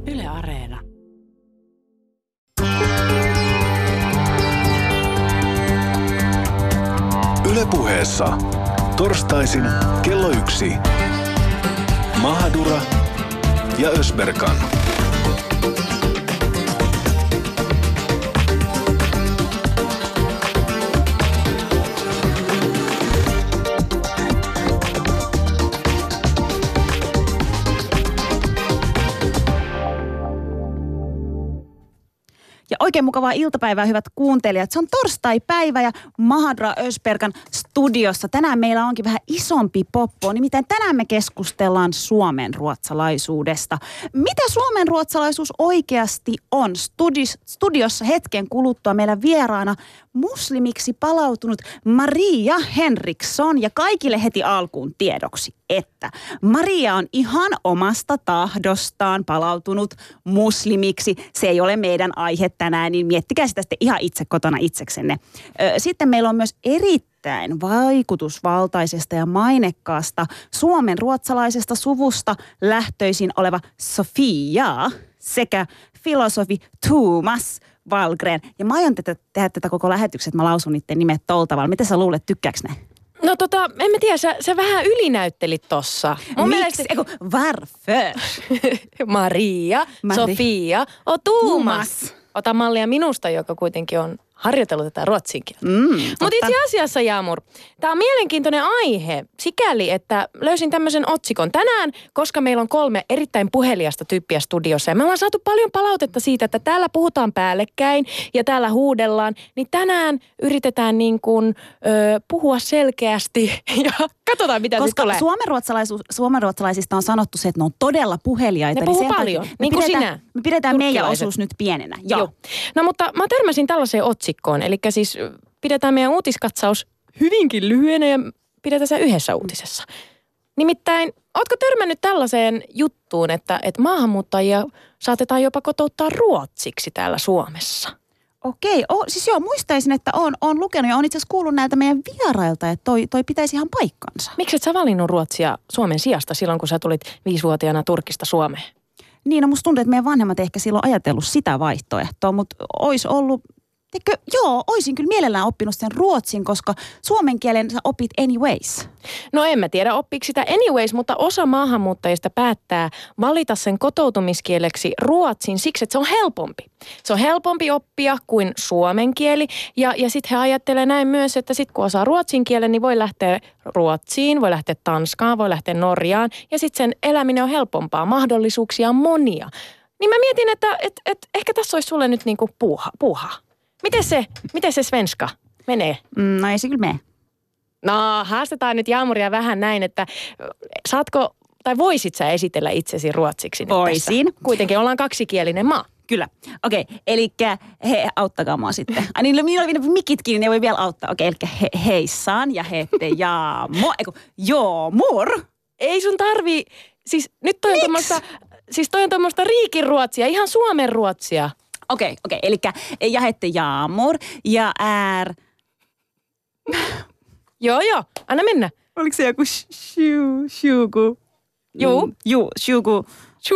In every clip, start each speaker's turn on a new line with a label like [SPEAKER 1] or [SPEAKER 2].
[SPEAKER 1] Yle Areena.
[SPEAKER 2] Yle Puheessa. Torstaisin kello 1. Mahadura ja Ösberkan.
[SPEAKER 3] Ja oikein mukavaa iltapäivää, hyvät kuuntelijat. Se on torstai-päivä ja Mahadra Ösberkan studiossa. Tänään meillä onkin vähän isompi poppo. Nimittäin tänään me keskustellaan suomenruotsalaisuudesta. Mitä suomenruotsalaisuus oikeasti on? Studiossa hetken kuluttua meillä vieraana muslimiksi palautunut Maria Henriksson. Ja kaikille heti alkuun tiedoksi, että Maria on ihan omasta tahdostaan palautunut muslimiksi. Se ei ole meidän aihe tänään, niin miettikää sitä sitten ihan itse kotona itseksenne. Sitten meillä on myös erittäin vaikutusvaltaisesta ja mainekkaasta suomenruotsalaisesta suvusta lähtöisin oleva Sofia sekä filosofi Thomas Wallgren. Ja mä aion tehdä tätä koko lähetykset, mä lausun niiden nimet tolta tavalla. Mitä sä luulet, tykkääks ne?
[SPEAKER 1] No en mä tiedä, sä vähän ylinäyttelit tossa.
[SPEAKER 3] Miksi? Varför?
[SPEAKER 1] Maria, Sofia, Thomas. Ota mallia minusta, joka kuitenkin on harjoitellut tätä ruotsin kieltä. Mutta itse asiassa, Jaamur, tämä on mielenkiintoinen aihe sikäli, että löysin tämmöisen otsikon tänään, koska meillä on 3 erittäin puheliasta tyyppiä studiossa. Ja me ollaan saatu paljon palautetta siitä, että täällä puhutaan päällekkäin ja täällä huudellaan. Niin tänään yritetään niin kuin puhua selkeästi ja katsotaan mitä sitten tulee.
[SPEAKER 3] Koska suomenruotsalaisista on sanottu se, että ne on todella puheliaita.
[SPEAKER 1] Ne puhuu paljon, niin kuin sinä.
[SPEAKER 3] Me pidetään meidän osuus nyt pienenä. Joo.
[SPEAKER 1] No mutta mä törmäsin tällaiseen otsikkoon. Eli siis pidetään meidän uutiskatsaus hyvinkin lyhyenä ja pidetään se yhdessä uutisessa. Nimittäin, ootko törmännyt tällaiseen juttuun, että maahanmuuttajia saatetaan jopa kotouttaa ruotsiksi täällä Suomessa?
[SPEAKER 3] Okei, siis joo, muistaisin, että on lukenut ja on itse asiassa kuullut näiltä meidän vierailta, että toi pitäisi ihan paikkansa.
[SPEAKER 1] Miksi et sä valinnut ruotsia Suomen sijasta silloin, kun sä tulit 5-vuotiaana Turkista Suomeen?
[SPEAKER 3] Niin, no musta tuntuu, että meidän vanhemmat ehkä silloin ajatellut sitä vaihtoehtoa, mutta olisi ollut... Oisin kyllä mielellään oppinut sen ruotsin, koska suomen kielen sä opit anyways.
[SPEAKER 1] No en mä tiedä oppiiko sitä anyways, mutta osa maahanmuuttajista päättää valita sen kotoutumiskieleksi ruotsin siksi, että se on helpompi. Se on helpompi oppia kuin suomen kieli ja sitten he ajattelee näin myös, että sitten kun osaa ruotsin kielen, niin voi lähteä Ruotsiin, voi lähteä Tanskaan, voi lähteä Norjaan ja sitten sen eläminen on helpompaa, mahdollisuuksia on monia. Niin mä mietin, että ehkä tässä olisi sulle nyt niinku puuhaa. Miten se svenska menee?
[SPEAKER 3] No ei se kyllä mene.
[SPEAKER 1] No haastetaan nyt Jaamuria vähän näin, että saatko tai voisit sä esitellä itsesi ruotsiksi nyt
[SPEAKER 3] Voisin.
[SPEAKER 1] Tässä? Kuitenkin ollaan kaksikielinen maa.
[SPEAKER 3] Kyllä. Okei, elikkä auttakaa mua sitten. Niillä oli mikit kiinni, ne voi vielä auttaa. Okei, elikkä heissaan ja hette joomur.
[SPEAKER 1] Ei sun tarvii, siis nyt toi on tommoista riikinruotsia, ihan Suomen ruotsia.
[SPEAKER 3] Okei, elikkä ja hette jaamur ja
[SPEAKER 1] Joo, anna mennä.
[SPEAKER 3] Oliko se joku shugu? Shugu.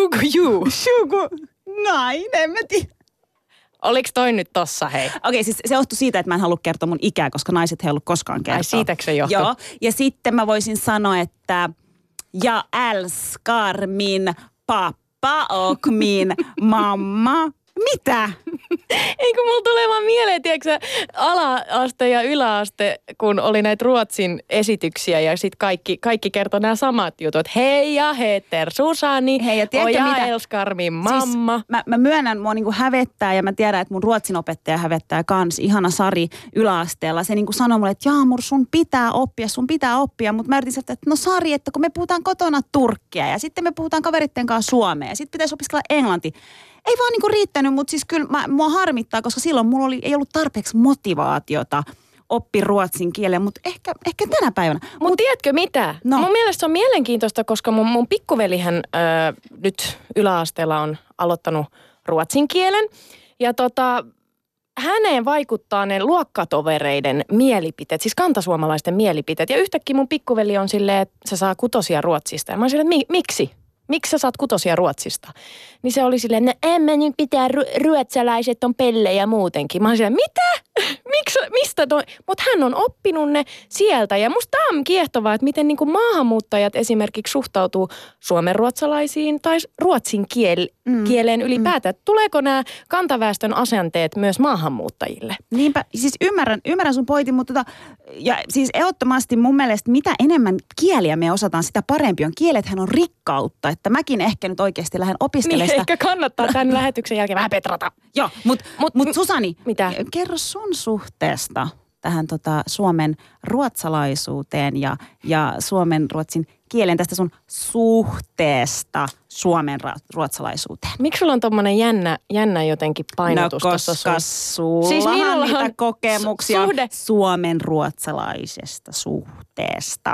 [SPEAKER 3] Näin, en mä tiedä.
[SPEAKER 1] Oliko toi nyt tossa, hei?
[SPEAKER 3] Okei, siis se johtui siitä, että mä en halua kertoa mun ikää, koska naiset ei ollut koskaan kertoa.
[SPEAKER 1] Ai siitäkö se johtuu?
[SPEAKER 3] Joo, ja sitten mä voisin sanoa, että ja älskar min pappa och min mamma. Mitä?
[SPEAKER 1] Eikö mulla tule vaan mieleen, tiedätkö ala-aste ja yläaste, kun oli näitä ruotsin esityksiä ja sitten kaikki kertoi nämä samat jutut. Hei ja heter Susani,
[SPEAKER 3] hei, ja
[SPEAKER 1] oja Elskarmin mamma.
[SPEAKER 3] Siis mä myönnän, mua niinku hävettää ja mä tiedän, että mun ruotsinopettaja hävettää kans. Ihana Sari yläasteella. Se niinku sanoi mulle, että Jaamur, sun pitää oppia. Mutta mä yritin sanoa, että no Sari, että kun me puhutaan kotona turkkia ja sitten me puhutaan kaveritten kanssa suomea ja sitten pitäisi opiskella englanti. Ei vaan niinku riittänyt, mutta siis kyllä mua harmittaa, koska silloin mulla ei ollut tarpeeksi motivaatiota oppi ruotsin kielen, mutta ehkä tänä päivänä.
[SPEAKER 1] Mutta tiedätkö mitä? No. Mun mielestä se on mielenkiintoista, koska mun pikkuvelihän nyt yläasteella on aloittanut ruotsin kielen. Ja häneen vaikuttaa ne luokkatovereiden mielipiteet, siis kantasuomalaisten mielipiteet. Ja yhtäkkiä mun pikkuveli on silleen, että se saa 6 ruotsista. Ja mä oon silleen, että miksi? miksi sä saat kutosia Ruotsista? Niin se oli silleen, no en mä nyt pitää, ruotsalaiset on pellejä muutenkin. Mä olin silleen, mitä? Mistä toi? Mutta hän on oppinut ne sieltä ja musta tää on kiehtovaa, että miten niinku maahanmuuttajat esimerkiksi suhtautuu suomenruotsalaisiin tai ruotsin kieleen ylipäätään. Tuleeko nämä kantaväestön asenteet myös maahanmuuttajille?
[SPEAKER 3] Niinpä, siis ymmärrän sun pointin, mutta ja siis ehdottomasti mun mielestä mitä enemmän kieliä me osataan, sitä parempi on. Kielethän on rikkautta, että mäkin ehkä nyt oikeasti lähden opiskelemaan
[SPEAKER 1] niin, ehkä kannattaa tämän lähetyksen jälkeen vähän petrata.
[SPEAKER 3] Joo, mutta Susani,
[SPEAKER 1] mitä?
[SPEAKER 3] Kerro sun suhteesta tähän suomen ruotsalaisuuteen ja suomen ruotsin kielen tästä sun suhteesta suomen ruotsalaisuuteen.
[SPEAKER 1] Miksi sulla on tommonen jännä jotenkin painotus
[SPEAKER 3] tuossa sun? Sullahan siis niitä kokemuksia suomen ruotsalaisesta suhteesta.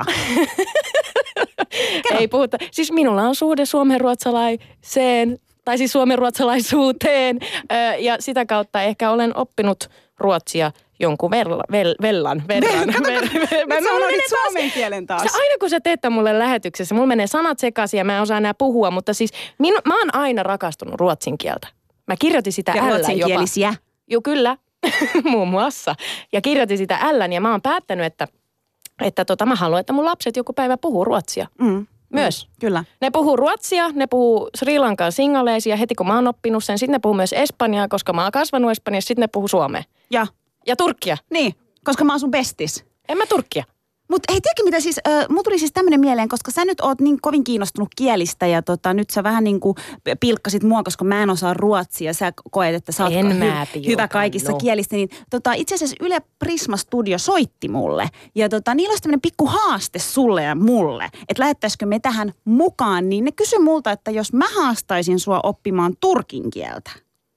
[SPEAKER 1] Ei puhuta. Siis minulla on suhde suomen ruotsalaiseen, tai siis suomen ruotsalaisuuteen, ja sitä kautta ehkä olen oppinut ruotsia jonkun verran.
[SPEAKER 3] Mä unohdit suomen kielen taas.
[SPEAKER 1] Aina kun sä teet mulle lähetyksessä, mulla menee sanat sekaisin ja mä en osaa enää puhua, mutta siis mä oon aina rakastunut ruotsin kieltä. Mä kirjoitin sitä
[SPEAKER 3] ja ruotsinkielisiä.
[SPEAKER 1] Joo, kyllä, muun muassa. Ja kirjoitin sitä L:n ja mä oon päättänyt, että mä haluan, että mun lapset joku päivä puhuu ruotsia. Myös.
[SPEAKER 3] Kyllä.
[SPEAKER 1] Ne puhuu ruotsia, ne puhuu Sri Lankan singaleisia heti kun mä oon oppinut sen. Sitten ne puhuu myös espanjaa, koska mä oon kasvanut Espanjassa. Sitten ne puhuu suomea. Ja turkkia.
[SPEAKER 3] Niin, koska mä asun bestis.
[SPEAKER 1] En mä turkkia.
[SPEAKER 3] Mutta hei, tiedätkö mitä siis, mulla tuli siis tämmöinen mieleen, koska sä nyt oot niin kovin kiinnostunut kielistä ja nyt sä vähän niin kuin pilkkasit mua, koska mä en osaa ruotsia. Sä koet, että sä oot hyvä kaikissa kielistä. Niin, itse asiassa Yle Prisma Studio soitti mulle ja niillä olisi tämmöinen pikku haaste sulle ja mulle, että lähettäisikö me tähän mukaan. Niin ne kysyi multa, että jos mä haastaisin sua oppimaan turkin kieltä.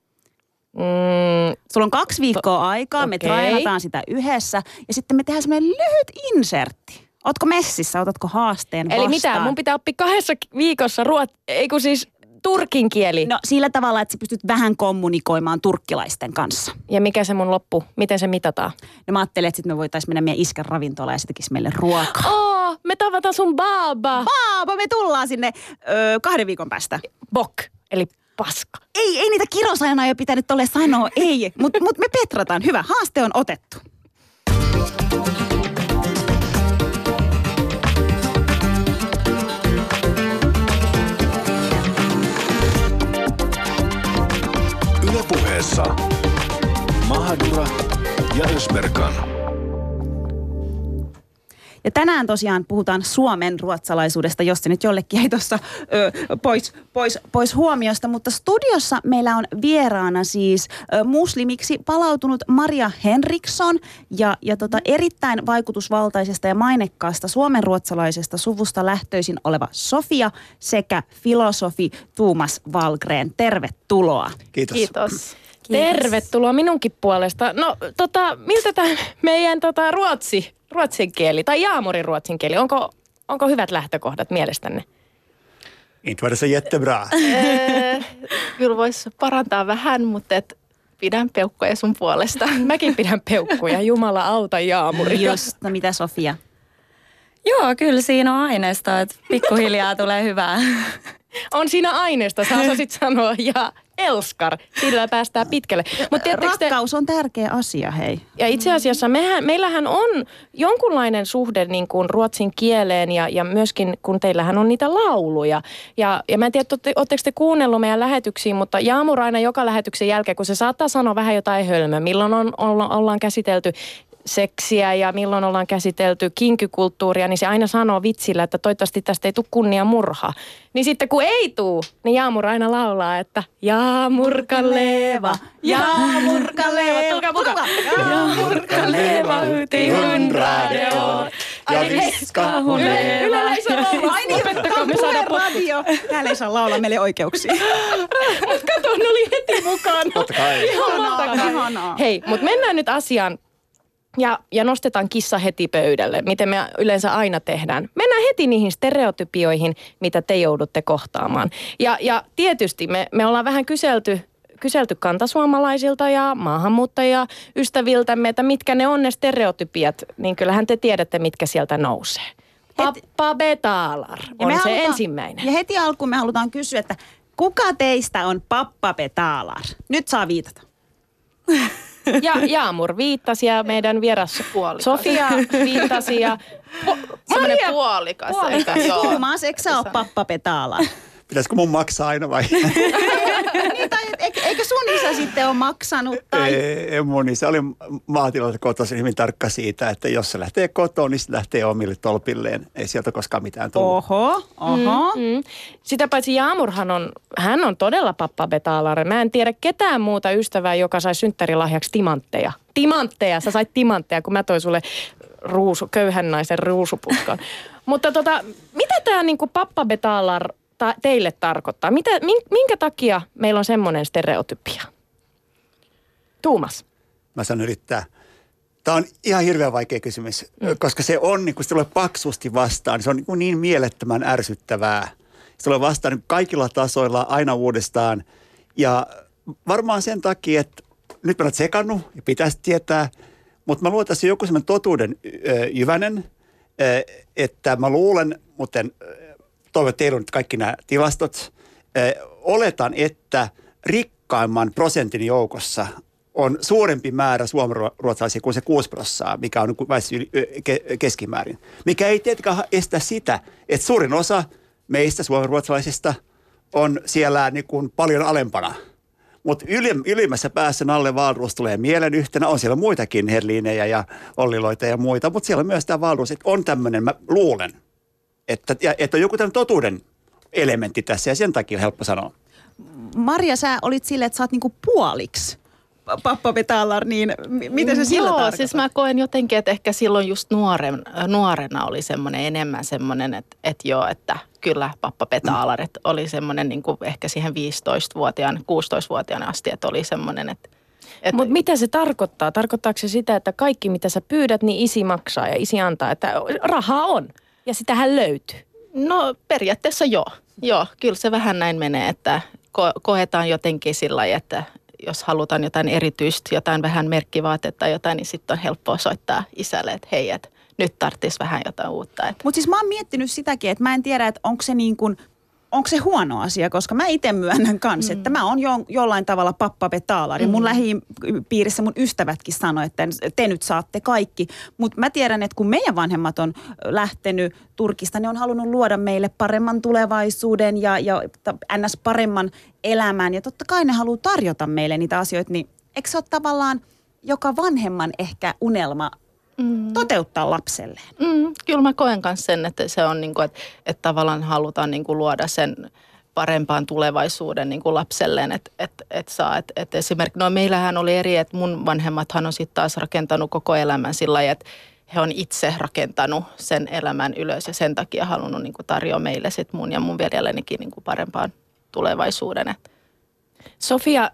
[SPEAKER 3] Sulla on 2 viikkoa aikaa, me trailataan sitä yhdessä ja sitten me tehdään semmoinen lyhyt insertti. Ootko messissä, otatko haasteen vastaan?
[SPEAKER 1] Eli mitä, mun pitää oppia 2 viikossa turkin kieli?
[SPEAKER 3] No sillä tavalla, että sä pystyt vähän kommunikoimaan turkkilaisten kanssa.
[SPEAKER 1] Ja mikä se mun loppu, miten se mitataan?
[SPEAKER 3] No mä ajattelin, että sitten me voitaisiin mennä meidän iskän ravintolaan ja se tekisi meille ruokaa.
[SPEAKER 1] Me tavataan sun baaba.
[SPEAKER 3] Baaba, me tullaan sinne 2 viikon päästä.
[SPEAKER 1] Bok, eli paska.
[SPEAKER 3] Ei niitä kirosanoja jo pitänyt tolle sanoa, ei. Mut me petrataan. Hyvä, haaste on otettu.
[SPEAKER 2] Yle Puheessa Mahadura ja Ösberkan.
[SPEAKER 3] Ja tänään tosiaan puhutaan suomen ruotsalaisuudesta, jos se nyt jollekin ei tuossa pois huomiosta. Mutta studiossa meillä on vieraana siis muslimiksi palautunut Maria Henriksson ja erittäin vaikutusvaltaisesta ja mainekkaasta suomenruotsalaisesta suvusta lähtöisin oleva Sofia sekä filosofi Tuomas Wallgren. Tervetuloa.
[SPEAKER 4] Kiitos.
[SPEAKER 1] Kiitos. Tervetuloa minunkin puolesta. No miltä tämä meidän ruotsin kieli tai Jaamurin ruotsin kieli, onko hyvät lähtökohdat mielestänne?
[SPEAKER 4] Inte var det så jättebra.
[SPEAKER 5] Kyllä voisi parantaa vähän, mutta pidän peukkuja sun puolesta.
[SPEAKER 1] Mäkin pidän peukkuja. Jumala auta Jaamuria.
[SPEAKER 3] Just, no mitä Sofia?
[SPEAKER 5] Joo, kyllä siinä on aineesta, että pikkuhiljaa tulee hyvää.
[SPEAKER 1] On siinä aineesta, sä osasit sanoa, ja Elskar, sillä päästään pitkälle.
[SPEAKER 3] Rakkaus on tärkeä asia, hei.
[SPEAKER 1] Ja itse asiassa meillähän on jonkunlainen suhde niin kuin ruotsin kieleen ja myöskin kun teillähän on niitä lauluja. Ja mä en tiedä, ootteko te kuunnellut meidän lähetyksiin, mutta Jaamur aina joka lähetyksen jälkeen, kun se saattaa sanoa vähän jotain hölmöä, milloin ollaan käsitelty seksiä ja milloin ollaan käsitelty kinkykulttuuria, niin se aina sanoo vitsillä, että toivottavasti tästä ei tule kunniamurha. Niin sitten kun ei tule, niin Jaamur aina laulaa, että Jaamurkaleva, Jaamurkaleva, tulkaa mukaan. Jaamurkaleva, tihun radio.
[SPEAKER 4] Ja viska huneva.
[SPEAKER 1] Ylellä ei saa laulaa.
[SPEAKER 3] Ai niin,
[SPEAKER 1] Opettakaa, me saadaan
[SPEAKER 3] radio. Täällä ei saa laulaa meille oikeuksia.
[SPEAKER 1] Mut kato, ne oli heti mukana.
[SPEAKER 4] Totta kai.
[SPEAKER 3] Ihanaa.
[SPEAKER 1] Hei, mutta mennään nyt asiaan. Ja nostetaan kissa heti pöydälle, miten me yleensä aina tehdään. Mennään heti niihin stereotypioihin, mitä te joudutte kohtaamaan. Ja tietysti me ollaan vähän kyselty kantasuomalaisilta ja maahanmuuttajia ystäviltämme, että mitkä ne on ne stereotypiat, niin kyllähän te tiedätte, mitkä sieltä nousee. Pappa betalar on se ensimmäinen.
[SPEAKER 3] Ja heti alkuun me halutaan kysyä, että kuka teistä on pappa betalar? Nyt saa viitata.
[SPEAKER 1] Ja Jaamur viittasi ja meidän vieras Sofia viittasi ja
[SPEAKER 5] Semmoinen puolikas.
[SPEAKER 3] Tuumaas, eikö sä ole pappa betalar?
[SPEAKER 4] Pitäisikö mun maksaa aina vai?
[SPEAKER 3] Niin, tai eikö sun isä sitten ole maksanut? Tai...
[SPEAKER 4] Ei, mun isä oli maatilalta kotoisin hyvin tarkka siitä, että jos se lähtee kotoon, niin se lähtee omille tolpilleen. Ei sieltä koskaan mitään tullut.
[SPEAKER 3] Oho.
[SPEAKER 1] Sitä paitsi Jaamurhan on todella pappa betalar. Mä en tiedä ketään muuta ystävää, joka sai synttärilahjaksi timantteja. Timantteja, sä sait timantteja, kun mä toin sulle köyhän naisen ruusuputkan. Mutta mitä tää niinku pappa betalar teille tarkoittaa? Minkä takia meillä on semmoinen stereotypia? Tuumas.
[SPEAKER 4] Mä sanon yrittää. Tämä on ihan hirveän vaikea kysymys, koska se on, niin kun se tulee paksusti vastaan, niin se on niin mielettömän ärsyttävää. Se tulee vastaan niin kaikilla tasoilla aina uudestaan. Ja varmaan sen takia, että nyt mä olet sekannut ja pitäisi tietää, mutta mä luulen, että tässä on joku semmoinen totuuden jyvänen, että mä luulen, mutta toivon, että teillä on nyt kaikki nämä tilastot. Oletan, että rikkaimman prosentin joukossa on suurempi määrä suomenruotsalaisia kuin se 6%, mikä on keskimäärin. Mikä ei tietenkään estä sitä, että suurin osa meistä suomenruotsalaisista on siellä niin kuin paljon alempana. Mutta ylimmässä päässä Nalle Wahlroos tulee mielen yhtenä. On siellä muitakin Herliinejä ja Olliloita ja muita, mutta siellä on myös tämä Wahlroos, että on tämmöinen, mä luulen, että on joku tämmöinen totuuden elementti tässä ja sen takia on helppo sanoa.
[SPEAKER 3] Marja, sä olit silleen, että sä oot niinku puoliksi pappa betalar, niin miten se sillä tarkoittaa?
[SPEAKER 5] Siis mä koen jotenkin, että ehkä silloin just nuorena oli semmoinen enemmän semmoinen, että kyllä pappa betalar, että oli semmoinen niin kuin ehkä siihen 15-vuotiaan, 16-vuotiaan asti, että oli semmoinen, että
[SPEAKER 1] mutta mitä se tarkoittaa? Tarkoittaako se sitä, että kaikki mitä sä pyydät, niin isi maksaa ja isi antaa, että rahaa on ja sitähän löytyy?
[SPEAKER 5] No periaatteessa joo. Joo, kyllä se vähän näin menee, että koetaan jotenkin sillä lailla, että jos halutaan jotain erityistä, jotain vähän merkkivaatetta tai jotain, niin sitten on helppoa soittaa isälle, että hei, että nyt tarvitsisi vähän jotain uutta.
[SPEAKER 3] Mutta siis mä oon miettinyt sitäkin, että mä en tiedä, että onko se huono asia, koska mä itse myönnän kanssa, että mä oon jollain tavalla pappa betalar. Ja mun lähipiirissä mun ystävätkin sanoi, että te nyt saatte kaikki. Mutta mä tiedän, että kun meidän vanhemmat on lähtenyt Turkista, ne on halunnut luoda meille paremman tulevaisuuden ja ns. Paremman elämän. Ja totta kai ne haluaa tarjota meille niitä asioita, niin eikö se ole tavallaan joka vanhemman ehkä unelma toteuttaa lapselleen?
[SPEAKER 5] Kyllä mä koen myös sen, että se on niin kuin, että tavallaan halutaan niin kuin luoda sen parempaan tulevaisuuden niin kuin lapselleen, että esimerkiksi, no meillähän oli eri, että mun vanhemmathan on sitten taas rakentanut koko elämän sillä lailla, että he on itse rakentanut sen elämän ylös ja sen takia halunnut niin kuin tarjoa meille sitten mun ja mun veljellenikin niin kuin parempaan tulevaisuuden.
[SPEAKER 1] Sofia,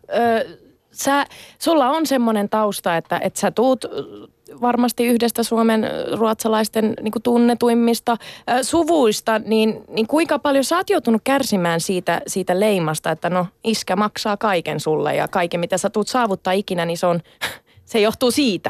[SPEAKER 1] sulla on semmoinen tausta, että sä tuut varmasti yhdestä Suomen ruotsalaisten niin kuin tunnetuimmista suvuista, niin kuinka paljon sä oot joutunut kärsimään siitä leimasta, että no iskä maksaa kaiken sulle ja kaiken mitä sä tuut saavuttaa ikinä, niin se johtuu siitä?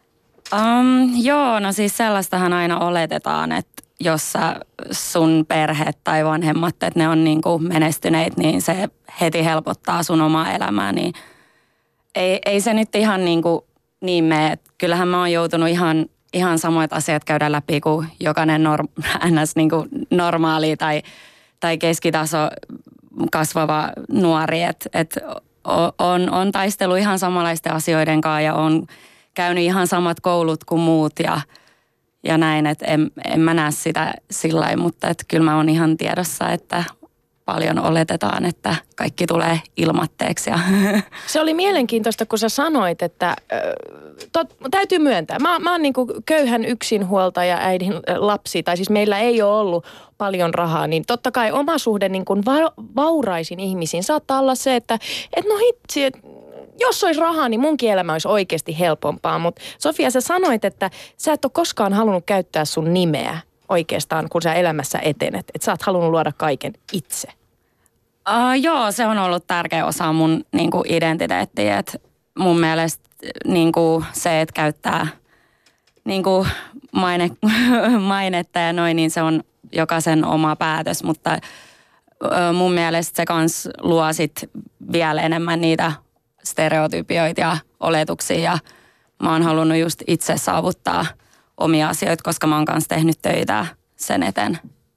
[SPEAKER 6] Joo, no siis sellaistahan aina oletetaan, että jos sun perhe tai vanhemmat, että ne on niin kuin menestyneet, niin se heti helpottaa sun omaa elämää, niin ei se nyt ihan niin mene. Kyllähän mä oon joutunut ihan samoit asiat käydä läpi kuin jokainen ns. Niin kuin normaali tai keskitaso kasvava nuori. Et on taistellut ihan samanlaisten asioiden kanssa ja on käynyt ihan samat koulut kuin muut ja näin. Että en mä näe sitä sillä lailla, mutta et kyllä mä oon ihan tiedossa, että paljon oletetaan, että kaikki tulee ilmatteeksi.
[SPEAKER 1] Se oli mielenkiintoista, kun sä sanoit, että täytyy myöntää. Mä oon niin kuin köyhän yksinhuoltaja äidin lapsi, tai siis meillä ei ole ollut paljon rahaa, niin totta kai oma suhde niin kuin vauraisin ihmisiin saattaa olla se, että no hitsi, jos olisi rahaa, niin munkin elämä olisi oikeasti helpompaa. Mutta Sofia, sä sanoit, että sä et ole koskaan halunnut käyttää sun nimeä oikeastaan, kun sä elämässä etenet. Että sä oot halunnut luoda kaiken itse.
[SPEAKER 6] Joo, se on ollut tärkeä osa mun identiteettiä. Mun mielestä se, että käyttää mainetta ja noin, niin se on jokaisen oma päätös, mutta mun mielestä se kans luo sit vielä enemmän niitä stereotypioita ja oletuksia ja mä oon halunnut just itse saavuttaa omia asioita, koska mä oon kanssa tehnyt töitä sen eteen.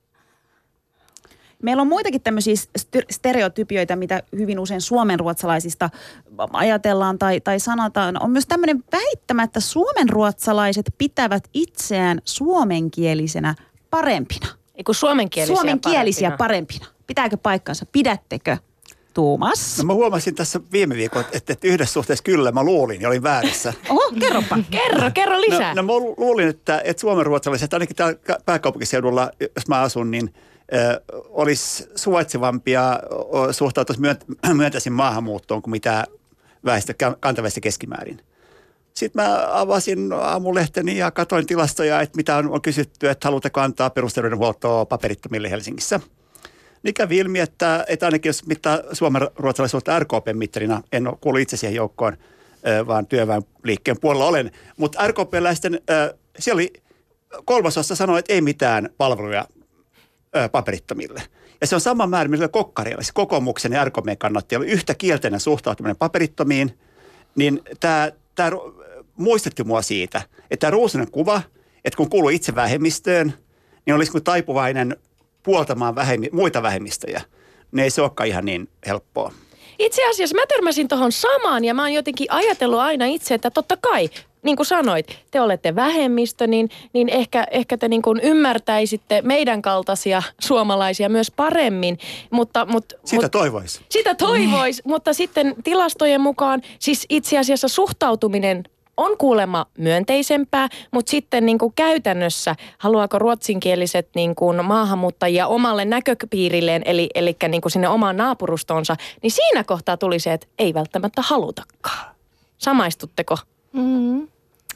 [SPEAKER 3] Meillä on muitakin tämmöisiä stereotypioita, mitä hyvin usein suomenruotsalaisista ajatellaan tai sanotaan. On myös tämmöinen väittämä, että suomenruotsalaiset pitävät itseään suomenkielisenä parempina.
[SPEAKER 1] Eiku suomenkielisiä
[SPEAKER 3] parempina. Pitääkö paikkansa? Pidättekö? Tuomas?
[SPEAKER 4] No mä huomasin tässä viime viikolla, että yhdessä suhteessa kyllä mä luulin ja olin väärässä.
[SPEAKER 3] Oho, kerropa.
[SPEAKER 1] Kerro lisää.
[SPEAKER 4] No mä luulin, että suomenruotsalaiset, ainakin täällä pääkaupunkiseudulla, jos mä asun, niin olisi suvaitsevampia, suhtautuisi myönteisin maahanmuuttoon kuin mitä kantaväestö keskimäärin. Sitten mä avasin aamulehteni ja katsoin tilastoja, että mitä on kysytty, että haluatteko antaa perusterveydenhuoltoa paperittomille Helsingissä. Niin kävi ilmi, että ainakin jos mittaa suomenruotsalaisuutta RKP-mittarina, en ole kuullut itse siihen joukkoon, vaan työväenliikkeen puolella olen. Mutta RKP-läisten, siellä oli 3/3 sanoi, että ei mitään palveluja paperittomille. Ja se on sama määrä, millä kokkareilla, siis kokoomuksen ja RKP:n kannattajilla oli yhtä kielteinen suhtautuminen paperittomiin, niin tämä muistutti mua siitä, että tämä ruusuinen kuva, että kun kuuluu itse vähemmistöön, niin olisi kuin taipuvainen puoltamaan muita vähemmistöjä. Ne ei se olekaan ihan niin helppoa.
[SPEAKER 1] Itse asiassa mä törmäsin tuohon samaan ja mä oon jotenkin ajatellut aina itse, että totta kai, niin kuin sanoit, te olette vähemmistö, niin ehkä te niin kuin ymmärtäisitte meidän kaltaisia suomalaisia myös paremmin.
[SPEAKER 4] Sitä toivoisi.
[SPEAKER 1] Sitä toivoisi, mutta sitten tilastojen mukaan siis itse asiassa suhtautuminen on kuulemma myönteisempää, mutta sitten niin kuin käytännössä haluaako ruotsinkieliset niin kuin maahanmuuttajia omalle näköpiirilleen, eli niin kuin sinne omaan naapurustonsa, niin siinä kohtaa tuli se, että ei välttämättä halutakaan. Samaistutteko?
[SPEAKER 6] Mm-hmm.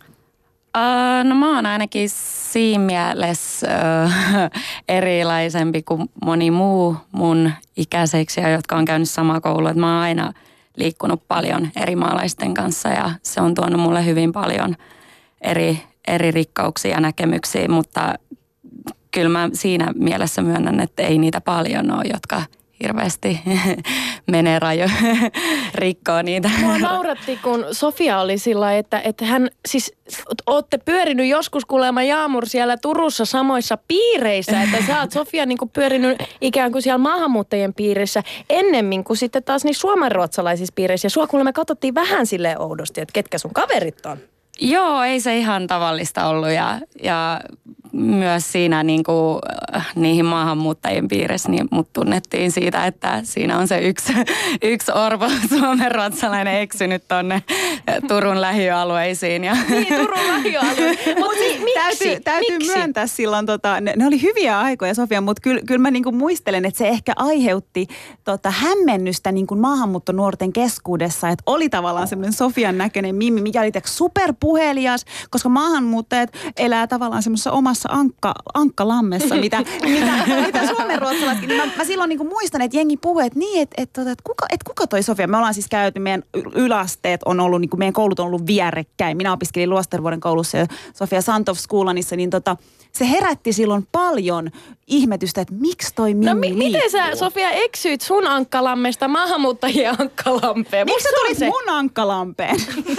[SPEAKER 6] No mä oon ainakin siinä mielessä erilaisempi kuin moni muu mun ikäiseksiä, jotka on käynyt samaa koulua. Mä oon aina liikkunut paljon eri maalaisten kanssa ja se on tuonut mulle hyvin paljon eri rikkauksia ja näkemyksiä, mutta kyllä mä siinä mielessä myönnän, että ei niitä paljon ole, jotka hirveästi menee rikkoo niitä.
[SPEAKER 1] Mua nauratti, kun Sofia oli sillä, että hän siis, ootte pyörinyt joskus kuulemma Jaamur siellä Turussa samoissa piireissä, että sä oot Sofia niin kuin pyörinyt ikään kuin siellä maahanmuuttajien piirissä ennemmin kuin sitten taas niin suomenruotsalaisissa piireissä. Ja sua kuulemma katsottiin vähän silleen oudosti, että ketkä sun kaverit on.
[SPEAKER 6] Joo, ei se ihan tavallista ollut ja myös siinä niin kuin, niihin maahanmuuttajien piirissä niin mut tunnettiin siitä, että siinä on se yksi orpo suomenruotsalainen eksynyt tonne Turun lähiöalueisiin.
[SPEAKER 1] Niin, Turun lähiöalueisiin. Mutta
[SPEAKER 3] täytyy myöntää silloin, ne oli hyviä aikoja Sofia, mutta kyllä mä niinku muistelen, että se ehkä aiheutti hämmennystä niinku maahanmuuttonuorten keskuudessa, että oli tavallaan semmoinen Sofian näköinen mimmi, mikä oli superpuhelias, koska maahanmuuttajat elää tavallaan semmoisessa omassa ankkalammessa, mitä suomenruotsalaisetkin. Niin mä silloin niinku muistan, että jengi puhui, että niin, että kuka toi Sofia? Me ollaan siis käyty, meidän yläasteet on ollut, niinku meidän koulut on ollut vierekkäin. Minä opiskelin Luostervuoden koulussa ja Sofia Santov-Skuulanissa, niin se herätti silloin paljon ihmetystä, että miksi toi Mimmi liikkuu.
[SPEAKER 1] Miten sä, Sofia, eksyit sun ankkalammesta maahanmuuttajien ankkalampeen?
[SPEAKER 3] Miksi sä tulit mun ankkalampeen?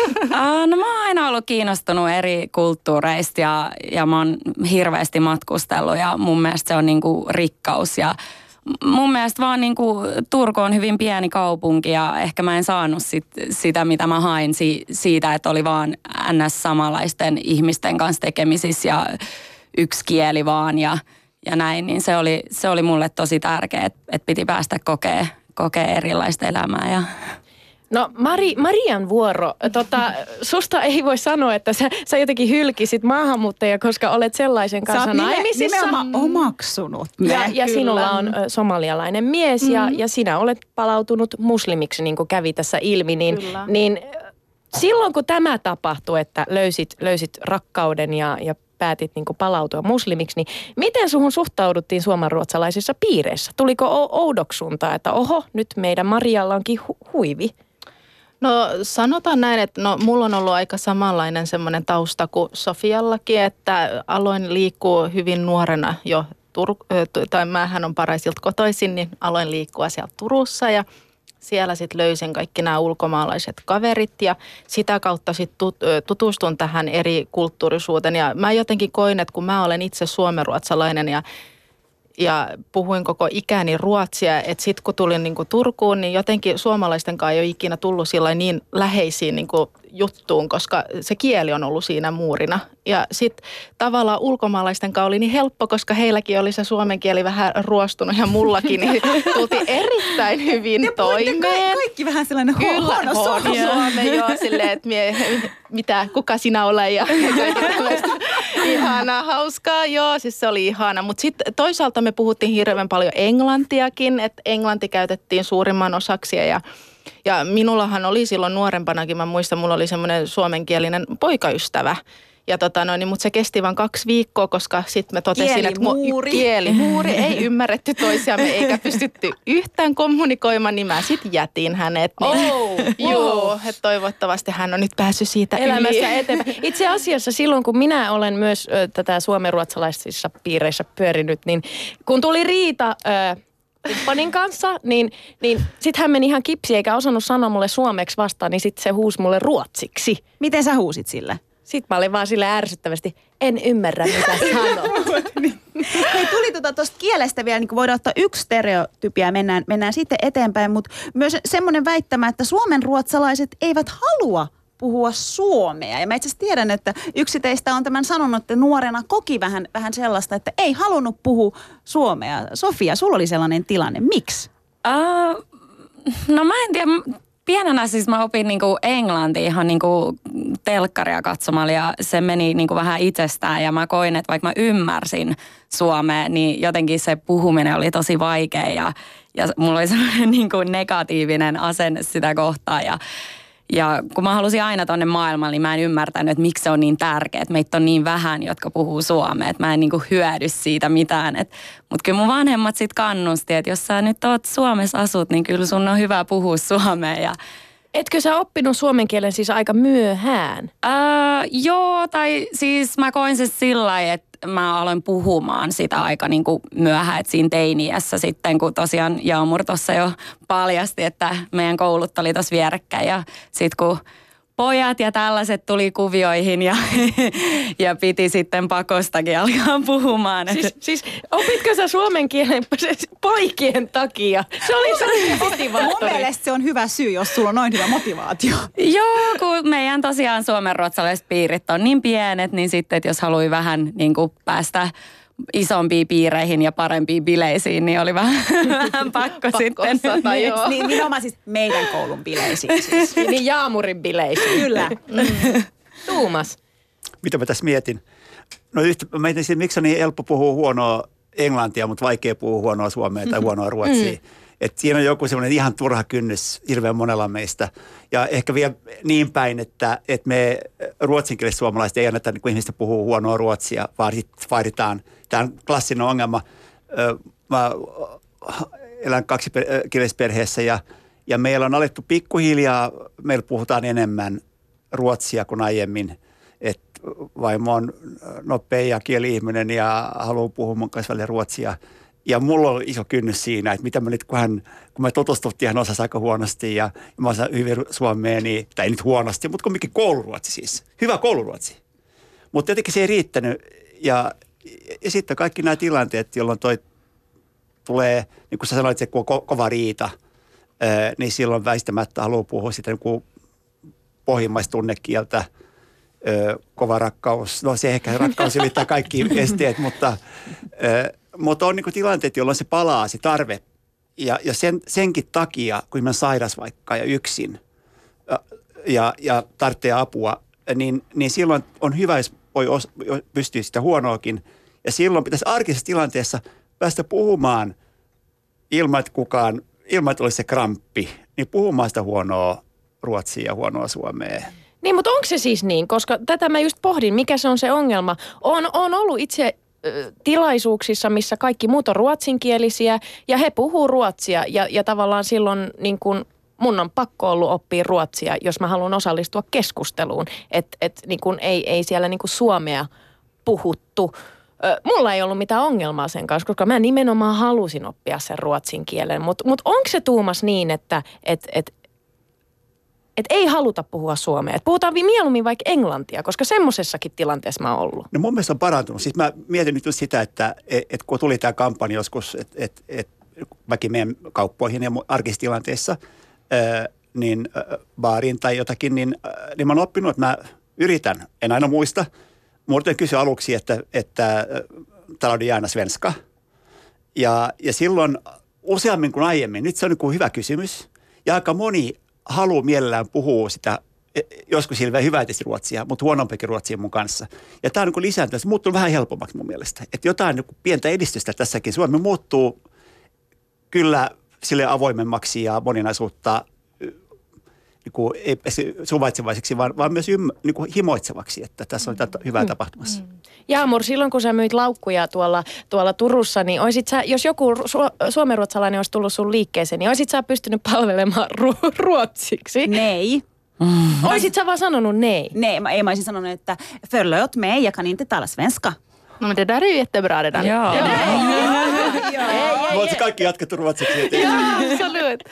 [SPEAKER 6] No mä oon aina ollut kiinnostunut eri kulttuureista ja mä oon hirveästi matkustellut ja mun mielestä se on niinku rikkaus ja mun mielestä vaan niinku Turku on hyvin pieni kaupunki ja ehkä mä en saanut sitä, mitä mä hain siitä, että oli vaan ns. Samanlaisten ihmisten kanssa tekemisissä ja yksi kieli vaan ja näin, niin se oli mulle tosi tärkeä, että piti päästä kokea erilaista elämää. Ja
[SPEAKER 1] No Marian vuoro. Susta ei voi sanoa, että sä jotenkin hylkisit maahanmuuttajia, koska olet sellaisen kanssa naimisissa.
[SPEAKER 3] Nimenomaan omaksunut.
[SPEAKER 1] Ja sinulla on somalialainen mies ja sinä olet palautunut muslimiksi, niin kuin kävi tässä ilmi. Niin silloin kun tämä tapahtui, että löysit rakkauden ja päätit niin kuin palautua muslimiksi, niin miten suhun suhtauduttiin suomenruotsalaisissa piireissä? Tuliko oudoksuntaa, että oho, nyt meidän Marialla onkin huivi?
[SPEAKER 5] No sanotaan näin, että mulla on ollut aika samanlainen semmoinen tausta kuin Sofiallakin, että aloin liikkua hyvin nuorena jo, tai mähän on Paraisilta kotoisin, niin aloin liikkua siellä Turussa ja siellä sitten löysin kaikki nämä ulkomaalaiset kaverit ja sitä kautta sitten tutustun tähän eri kulttuurisuuteen. Ja mä jotenkin koin, että kun mä olen itse suomenruotsalainen ja puhuin koko ikäni ruotsia, että sitten kun tulin niin kuin Turkuun, niin jotenkin suomalaisten kanssa ei ole ikinä tullut sillä niin läheisiin niin kuin juttuun, koska se kieli on ollut siinä muurina. Ja sitten tavallaan ulkomaalaisten kanssa oli niin helppo, koska heilläkin oli se suomen kieli vähän ruostunut ja mullakin, niin tultiin erittäin hyvin toimeen.
[SPEAKER 3] Kaikki vähän sellainen huono
[SPEAKER 5] Suomen, joo, silleen, että mitä, kuka sinä ole ja ihanaa, hauskaa, joo, siis se oli ihana. Mutta sitten toisaalta me puhuttiin hirveän paljon englantiakin, että englanti käytettiin suurimman osaksi ja minullahan oli silloin nuorempanakin, mä muistan, mulla oli semmoinen suomenkielinen poikaystävä. Ja mutta se kesti vain 2 viikkoa, koska sitten me totesin, että kielimuuri ei ymmärretty toisiamme eikä pystytty yhtään kommunikoimaan, niin mä sitten jätin hänet. Joo, että toivottavasti hän on nyt päässyt siitä
[SPEAKER 1] elämässä eteenpäin. Itse asiassa silloin, kun minä olen myös tätä suomenruotsalaisissa piireissä pyörinyt, niin kun tuli riita kumppanin kanssa, niin sitten hän meni ihan kipsi eikä osannut sanoa mulle suomeksi vastaan, niin sitten se huusi mulle ruotsiksi.
[SPEAKER 3] Miten sä huusit sillä?
[SPEAKER 1] Sitten mä olin vaan sille ärsyttävästi, en ymmärrä mitä sanot.
[SPEAKER 3] Hei, tuli tuosta kielestä vielä, niin voidaan ottaa yksi stereotypia ja mennään sitten eteenpäin, mutta myös semmoinen väittämä, että suomenruotsalaiset eivät halua puhua suomea. Ja mä itse asiassa tiedän, että yksi teistä on tämän sanonut, että nuorena koki vähän sellaista, että ei halunnut puhua suomea. Sofia, sulla oli sellainen tilanne. Miksi?
[SPEAKER 6] No mä en tiedä. Pienenä siis mä opin niinku englantia ihan niinku telkkaria katsomalla ja se meni niinku vähän itsestään ja mä koin, että vaikka mä ymmärsin suomea, niin jotenkin se puhuminen oli tosi vaikea ja mulla oli sellainen niinku negatiivinen asenne sitä kohtaan ja kun mä halusin aina tonne maailmalle, niin mä en ymmärtänyt, että miksi se on niin tärkeää, että meitä on niin vähän, jotka puhuu suomea, että mä en niinku hyödy siitä mitään. Mutta kyllä mun vanhemmat sit kannusti, että jos sä nyt oot Suomessa asut, niin kyllä sun on hyvä puhua suomea.
[SPEAKER 1] Etkö sä oppinut suomen kielen siis aika myöhään?
[SPEAKER 6] Joo, tai siis mä koin se sillä lailla, että mä aloin puhumaan sitä aika niin kuin myöhään, että siinä teiniässä sitten, kun tosiaan Jaamur tuossa jo paljasti, että meidän koulut oli tuossa vierekkäin ja sitten kun pojat ja tällaiset tuli kuvioihin ja piti sitten pakostakin alkaa puhumaan.
[SPEAKER 1] Siis opitko sä suomen kielen poikien takia? Se oli sellainen motivaattori.
[SPEAKER 3] Mun mielestä se on hyvä syy, jos sulla on noin hyvä motivaatio.
[SPEAKER 6] Joo, kun meidän tosiaan suomenruotsalaiset piirit on niin pienet, niin sitten, että jos haluaa vähän niin kuin päästä isompiin piireihin ja parempiin bileisiin, niin oli vähän pakko sitten.
[SPEAKER 3] Nimenomaan siis meidän koulun bileisiin siis.
[SPEAKER 1] Niin Jaamurin bileisiin.
[SPEAKER 3] Kyllä.
[SPEAKER 1] Tuumas.
[SPEAKER 4] Mitä mä tässä mietin? No mä mietin siitä, miksi on niin helppo puhua huonoa englantia, mutta vaikea puhua huonoa suomea tai huonoa ruotsia. Että siinä on joku semmoinen ihan turha kynnys hirveän monella meistä. Ja ehkä vielä niin päin, että me ruotsinkieliset suomalaiset ei anneta niin ihmistä puhua huonoa ruotsia, vaan vaaditaan. Tämä on klassinen ongelma. Mä elän kaksikielisessä perheessä ja meillä on alettu pikkuhiljaa, meillä puhutaan enemmän ruotsia kuin aiemmin. Että vaimo on nopea ja kieli-ihminen ja haluaa puhua mun kanssa välillä ruotsia. Ja mulla oli iso kynnys siinä, että mitä mä nyt, kun me tutustuttiin, hän osasi aika huonosti ja mä osaan hyvin suomea, niin, tai ei nyt huonosti, mutta kumminkin kouluruotsi siis. Hyvä kouluruotsi. Mutta jotenkin se ei riittänyt ja sitten kaikki nämä tilanteet, jolloin tulee, niin kuin sä sanoit, se kova riita, niin silloin väistämättä haluaa puhua sitä niin pohjimmaista tunnekieltä, kova rakkaus. No se ehkä rakkaus ylittää kaikki esteet, mutta on niin kuin tilanteet, jolloin se palaa, se tarve. Ja senkin takia, kun mä sairas vaikka ja yksin ja tarvitsee apua, niin silloin on hyvä, jos pystyy sitä huonoakin. Ja silloin pitäisi arkisessa tilanteessa päästä puhumaan ilman, että olisi se kramppi, niin puhumaan sitä huonoa ruotsia ja huonoa suomea.
[SPEAKER 1] Niin, mutta onko se siis niin? Koska tätä mä just pohdin, mikä se on se ongelma. On ollut itse tilaisuuksissa, missä kaikki muut on ruotsinkielisiä ja he puhuu ruotsia ja tavallaan silloin niin kuin mun on pakko ollut oppia ruotsia, jos mä haluan osallistua keskusteluun. Että niin kun ei siellä niin kun suomea puhuttu. Mulla ei ollut mitään ongelmaa sen kanssa, koska mä nimenomaan halusin oppia sen ruotsin kielen. Mutta onko se Tuumas niin, että ei haluta puhua suomea? Et puhutaan mieluummin vaikka englantia, koska semmoisessakin tilanteessa mä oon ollut.
[SPEAKER 4] No mun mielestä on parantunut. Siis mä mietin nyt sitä, että kun tuli tämä kampanja joskus, että mäkin menen kauppoihin ja arkistilanteessa, niin baariin tai jotakin, niin mä oon oppinut, että mä yritän, en aina muista. Muuten kysyi aluksi, että taloudelli gärna svenska. Ja silloin useammin kuin aiemmin, nyt se on niin hyvä kysymys. Ja aika moni haluaa mielellään puhua sitä joskus hirveän hyväisesti ruotsia, mutta huonompikin ruotsia mun kanssa. Ja tämä on niin lisääntynyt, se muuttuu vähän helpommaksi mun mielestä. Että jotain niin pientä edistystä tässäkin. Suomi muuttuu kyllä sille avoimemmaksi ja moninaisuutta ei suvaitsevaiseksi, vaan myös himoitsevaksi, että tässä on hyvää tapahtumassa.
[SPEAKER 1] Jaamur, silloin kun sä myit laukkuja tuolla Turussa, niin jos joku suomenruotsalainen olisi tullut sun liikkeeseen, niin olisit sä pystynyt palvelemaan ruotsiksi?
[SPEAKER 3] Nej.
[SPEAKER 1] Olisit sä vaan sanonut nej?
[SPEAKER 3] Nej, mä olisin sanonut, että förlåt mig, jag kan inte tala svenska.
[SPEAKER 5] No men det där är ju jättebra redan.
[SPEAKER 6] Joo.
[SPEAKER 4] Voitko kaikki jatkettu ruotsiksi?
[SPEAKER 5] Joo, absolut.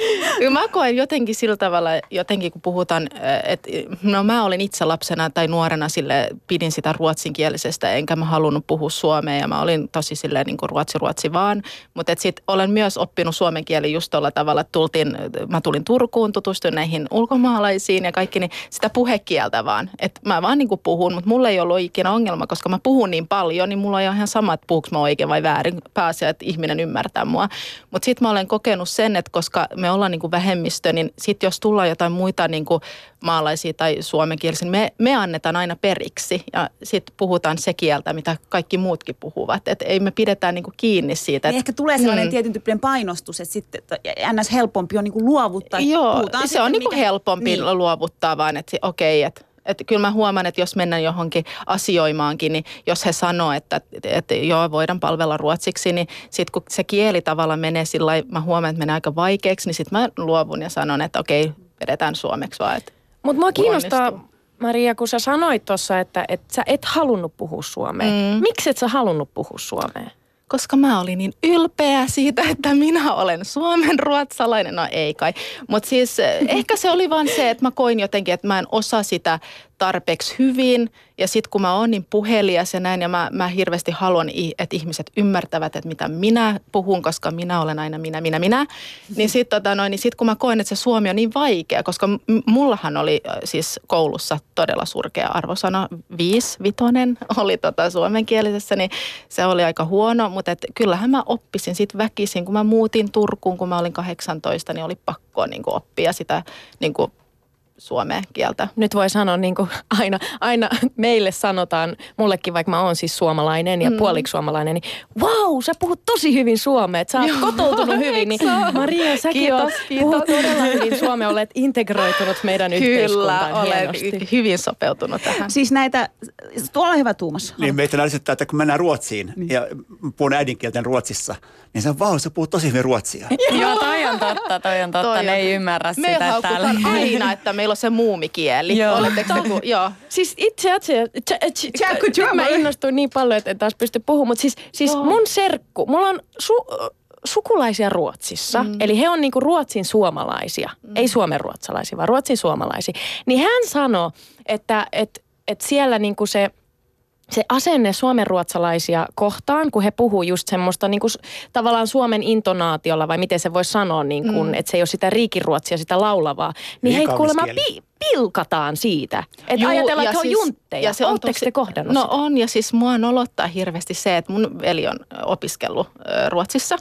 [SPEAKER 5] Mä koen jotenkin sillä tavalla, kun puhutaan, että no mä olin itse lapsena tai nuorena pidin sitä ruotsinkielisestä, enkä mä halunnut puhua suomea ja mä olin tosi silleen niin kuin ruotsi vaan. Mutta sitten olen myös oppinut suomen kieli just tuolla tavalla, että mä tulin Turkuun, tutustuin näihin ulkomaalaisiin ja kaikki, niin sitä puhekieltä vaan. Että mä vaan niin kuin puhun, mutta mulla ei ollut ikinä ongelma, koska mä puhun niin paljon, niin mulla on ihan sama, että puhuks mä oikein vai väärin. Pääasiassa, että ihminen ymmärtää mua. Mutta sitten mä olen kokenut sen, että koska me ollaan niinku vähemmistö, niin sitten jos tullaan jotain muita niinku maalaisia tai suomenkielisiä, niin me annetaan aina periksi. Ja sitten puhutaan se kieltä, mitä kaikki muutkin puhuvat. Että ei me pidetään niinku kiinni siitä.
[SPEAKER 3] Niin ehkä tulee sellainen tietyn tyyppinen painostus, että sitten ns. Helpompi on niinku luovuttaa.
[SPEAKER 5] Joo, se on niinku helpompi luovuttaa vaan, että okei, että kyllä mä huomaan, että jos mennään johonkin asioimaankin, niin jos he sanoo, että joo, voidaan palvella ruotsiksi, niin sitten kun se kieli tavalla menee sillä lailla, mä huomaan, että menee aika vaikeaksi, niin sitten mä luovun ja sanon, että okei, vedetään suomeksi vaan.
[SPEAKER 1] Mutta mua kiinnostaa, Maria, kun sä sanoit tuossa, että sä et halunnut puhua suomea. Miksi et sä halunnut puhua suomea?
[SPEAKER 5] Koska mä olin niin ylpeä siitä, että minä olen suomenruotsalainen. No ei kai. Mutta siis ehkä se oli vaan se, että mä koin jotenkin, että mä en osaa sitä tarpeeksi hyvin. Ja sitten kun mä oon niin puhelias ja näin, ja mä hirveästi haluan, että ihmiset ymmärtävät, että mitä minä puhun, koska minä olen aina minä. Niin sitten sit kun mä koen, että se suomi on niin vaikea, koska mullahan oli siis koulussa todella surkea arvosana 5 oli suomenkielisessä, niin se oli aika huono. Mutta kyllähän mä oppisin sitten väkisin, kun mä muutin Turkuun, kun mä olin 18, niin oli pakko niin kuin oppia sitä niin kuin suomen kieltä.
[SPEAKER 1] Nyt voi sanoa niin kuin aina meille sanotaan, mullekin vaikka mä oon siis suomalainen ja puoliksi suomalainen, niin vau, sä puhut tosi hyvin suomea, että sä oot kotoutunut hyvin. Niin Maria, säkin puhut todella hyvin suomea, olet integroitunut meidän yhteiskuntaan hienosti.
[SPEAKER 5] Kyllä, olen hyvin sopeutunut tähän.
[SPEAKER 3] Siis näitä, tuolla on hyvä Tuumas.
[SPEAKER 4] Niin meitä ärsyttää, että kun mennään Ruotsiin ja puhun äidinkielten Ruotsissa, niin sä puhut tosi hyvin ruotsia.
[SPEAKER 6] Joo, toi on totta. Ne ei ymmärrä sitä.
[SPEAKER 5] Me haukutaan aina, että meillä on se muumikieli.
[SPEAKER 6] Joo.
[SPEAKER 1] Joo. Siis itse asiassa, mä innostuin niin paljon, että en taas pysty puhumaan, mutta siis mun serkku, mulla on sukulaisia Ruotsissa, eli he on niinku Ruotsin suomalaisia, ei suomenruotsalaisia, vaan Ruotsin suomalaisia. Niin hän sanoi, että siellä niinku se asenne suomenruotsalaisia kohtaan, kun he puhuu just semmoista niinku tavallaan suomen intonaatiolla, vai miten se voi sanoa, niinku, että se ei ole sitä riikiruotsia, sitä laulavaa, niin heitä kuulemma pilkataan siitä. Että ajatellaan, että he on juntteja. Oletteko te kohdannut sitä?
[SPEAKER 5] On, ja siis mua nolottaa hirveästi se, että mun veli on opiskellut Ruotsissa.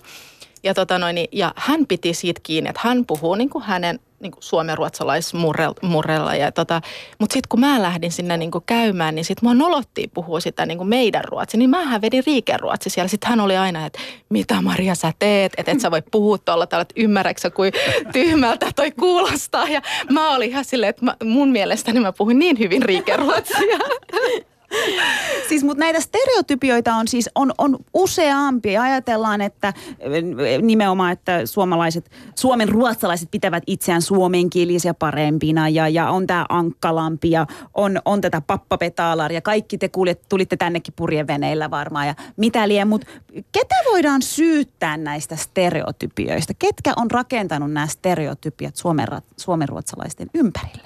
[SPEAKER 5] Ja hän piti siitä kiinni, että hän puhuu niin kuin hänen niin kuin suomenruotsalaismurrella. Mutta sitten kun mä lähdin sinne niin kuin käymään, niin sitten mua nolottiin puhua sitä niin kuin meidän ruotsi. Niin mähän vedin riikeruotsi siellä. Sitten hän oli aina, että mitä Maria sä teet? Että et sä voi puhua tuolla, että ymmärräksä kuin tyhmältä toi kuulostaa. Ja mä olin ihan silleen, että mun mielestäni mä puhuin niin hyvin riikeruotsia.
[SPEAKER 3] Siis, mutta näitä stereotypioita on siis on useampia. Ajatellaan, että nimenomaan, että suomen ruotsalaiset pitävät itseään suomenkielisiä parempina ja on tämä ankkalampi ja on tätä pappapetaalaria. Kaikki te tulitte tännekin purjeveneillä varmaan ja mitä liian. Mutta ketä voidaan syyttää näistä stereotypioista? Ketkä on rakentanut nämä stereotypiat suomenruotsalaisten ympärille?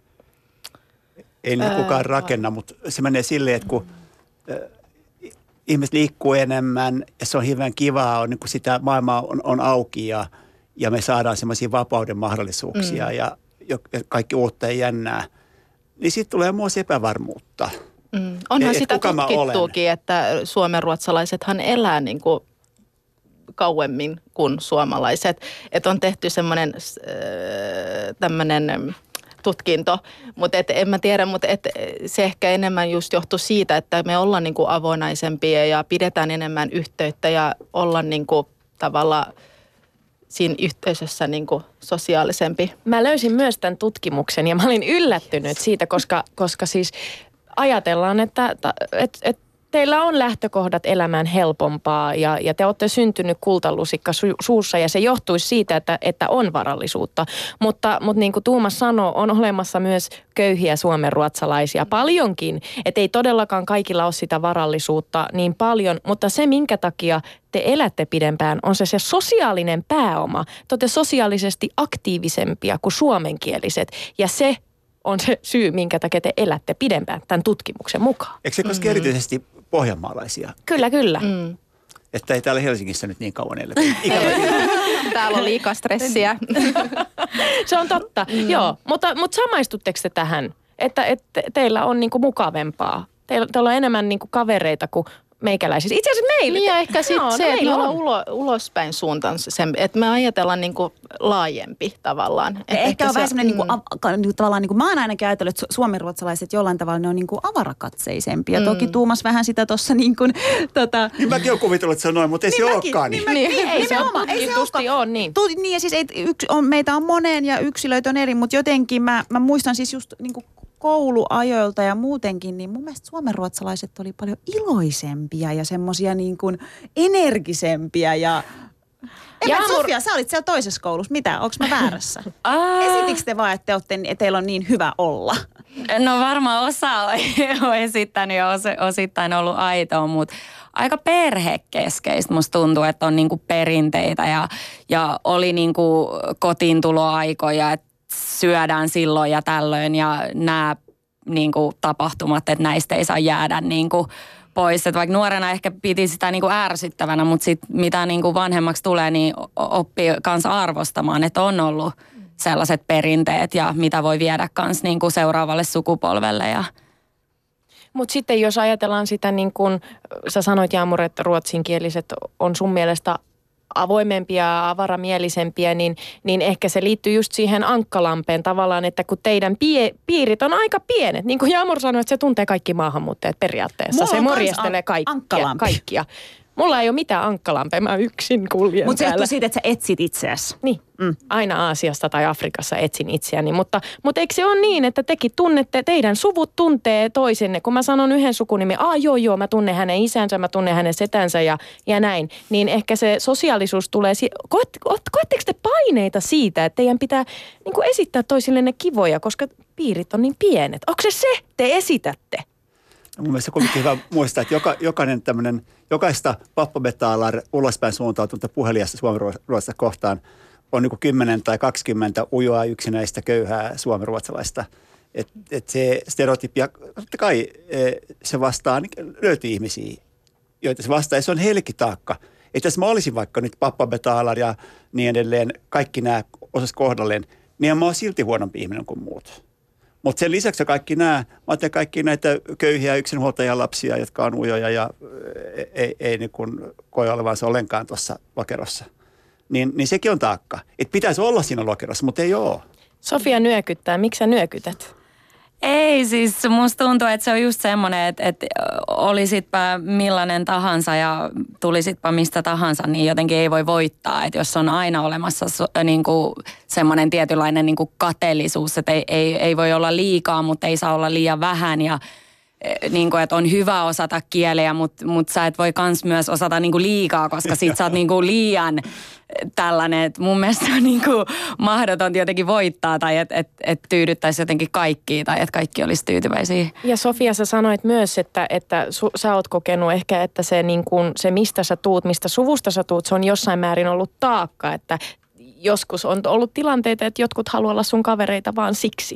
[SPEAKER 4] Ei niitä kukaan rakenna, mutta se menee silleen, että kun ihmiset liikkuu enemmän ja se on hirveän kivaa, on, niin kun sitä maailmaa on auki ja me saadaan semmoisia vapauden mahdollisuuksia ja kaikki uutta ja jännää, niin sitten tulee myös epävarmuutta.
[SPEAKER 5] Onhan sitä tutkittuukin, että suomenruotsalaisethan elää niin kuin kauemmin kuin suomalaiset. Että on tehty semmoinen tämmöinen tutkinto, mutta en mä tiedä, mutta se ehkä enemmän just johtuu siitä, että me ollaan niin kuin avonaisempia ja pidetään enemmän yhteyttä ja ollaan niin kuin tavallaan siinä yhteisössä niin kuin sosiaalisempi.
[SPEAKER 1] Mä löysin myös tämän tutkimuksen ja mä olin yllättynyt siitä, koska siis ajatellaan, että teillä on lähtökohdat elämään helpompaa ja te olette syntynyt kultalusikka suussa ja se johtuisi siitä, että on varallisuutta. Mutta niin kuin Tuomas sanoi, on olemassa myös köyhiä suomenruotsalaisia paljonkin. Että ei todellakaan kaikilla ole sitä varallisuutta niin paljon, mutta se minkä takia te elätte pidempään on se sosiaalinen pääoma. Te olette sosiaalisesti aktiivisempia kuin suomenkieliset ja se on se syy, minkä takia te elätte pidempään tämän tutkimuksen mukaan.
[SPEAKER 4] Eikö se koske erityisesti pohjanmaalaisia?
[SPEAKER 1] Kyllä.
[SPEAKER 4] Että ei täällä Helsingissä nyt niin kauan eletä.
[SPEAKER 5] Täällä on liikaa stressiä.
[SPEAKER 1] Se on totta, joo. Mutta samaistutteko te tähän, että teillä on niinku mukavempaa? Teillä on enemmän niinku kavereita kuin meikäläisissä. Itse asiassa meillä.
[SPEAKER 5] Niin ja ehkä sitten se, että me ollaan ulospäin suuntaan sen, että me ajatellaan niinku laajempi tavallaan.
[SPEAKER 3] Ehkä on vähän semmoinen tavallaan, niin kuin mä oon ainakin ajatellut, että suomenruotsalaiset jollain tavalla ne on niin kuin avarakatseisempia. Toki Tuomas vähän sitä tuossa niin kuin
[SPEAKER 4] Niin mäkin olen kuvitellut, että se on noin, mutta ei se olekaan niin.
[SPEAKER 1] Ei se tutkitusti ole niin.
[SPEAKER 3] Niin ja siis meitä on moneen ja yksilöitä on eri, mutta jotenkin mä muistan siis just niin kuin kouluajoilta ja muutenkin, niin mun mielestä suomenruotsalaiset oli paljon iloisempia ja semmoisia niin kuin energisempiä ja Sofia, sä olit siellä toisessa koulussa. Mitä? Onko mä väärässä? Esitikö te vaan, että teillä on niin hyvä olla?
[SPEAKER 6] No varmaan osa on esittänyt ja osittain ollut aitoa, mutta aika perhekeskeistä musta tuntuu, että on niinku perinteitä ja oli niinku kotiintuloaikoja, että syödään silloin ja tällöin ja nämä niinku tapahtumat, että näistä ei saa jäädä niinku pois. Että vaikka nuorena ehkä piti sitä niinku ärsyttävänä, mutta sitten mitä niinku vanhemmaksi tulee, niin oppii kanssa arvostamaan, että on ollut sellaiset perinteet ja mitä voi viedä kanssa niinku seuraavalle sukupolvelle.
[SPEAKER 1] Mutta sitten jos ajatellaan sitä niin kuin sä sanoit Jaamur, että ruotsinkieliset on sun mielestä avoimempia ja avaramielisempiä, niin ehkä se liittyy just siihen ankkalampeen tavallaan, että kun teidän piirit on aika pienet. Niin kuin Jaamur sanoi, että se tuntee kaikki maahanmuuttajat periaatteessa. Se morjestelee kaikkia. Mulla ei ole mitään ankkalampea, mä yksin kuljen.
[SPEAKER 3] Mutta se johtuu siitä, että sä etsit itseäsi.
[SPEAKER 1] Niin, aina Aasiasta tai Afrikassa etsin itseäni. Mutta eikö se ole niin, että tekin tunnette, teidän suvut tuntee toisenne. Kun mä sanon yhden sukunimen, joo, mä tunnen hänen isänsä, mä tunnen hänen setänsä ja näin. Niin ehkä se sosiaalisuus tulee, koetteko te paineita siitä, että teidän pitää niin kuin esittää toisillenne kivoja, koska piirit on niin pienet. Onko se te esitätte?
[SPEAKER 4] Mun mielestä on kuitenkin hyvä muistaa, että jokaista pappabetaalar ulospäin suuntautunutta puhelijasta suomenruotsalaista kohtaan on niin 10 tai 20 ujoa yksinäistä köyhää suomenruotsalaista. Et se stereotypia, totta kai se vastaa, niin löytyy ihmisiä, joita se vastaa, ja se on heillekin taakka. Että jos mä olisin vaikka nyt pappabetaalar ja niin edelleen, kaikki nämä osas kohdalleen, niin mä oon silti huonompi ihminen kuin muut. Mutta sen lisäksi kaikki kaikki näitä köyhiä yksinhuoltajalapsia, jotka on ujoja ja ei niin kuin koe olevansa ollenkaan tuossa lokerossa, niin sekin on taakka. Että pitäisi olla siinä lokerossa, mutta ei ole.
[SPEAKER 1] Sofia nyökyttää. Miksi sä nyökytät?
[SPEAKER 6] Ei, siis musta tuntuu, että se on just semmoinen, että olisitpä millainen tahansa ja tulisitpa mistä tahansa, niin jotenkin ei voi voittaa. Että jos on aina olemassa niinku semmoinen tietynlainen niinku kateellisuus, että ei voi olla liikaa, mutta ei saa olla liian vähän ja niin kuin, että on hyvä osata kieliä, mutta sä et voi kans myös osata niin kuin liikaa, koska sit sä oot niin kuin liian tällainen, että mun mielestä on niin kuin mahdotonta jotenkin voittaa tai että tyydyttäisi jotenkin kaikkia tai että kaikki olisi tyytyväisiä.
[SPEAKER 1] Ja Sofia, sä sanoit myös, että sä oot kokenut ehkä, että se, niin kuin, se mistä sä tuut, mistä suvusta sä tuut, se on jossain määrin ollut taakka, että joskus on ollut tilanteita, että jotkut haluaa olla sun kavereita vaan siksi.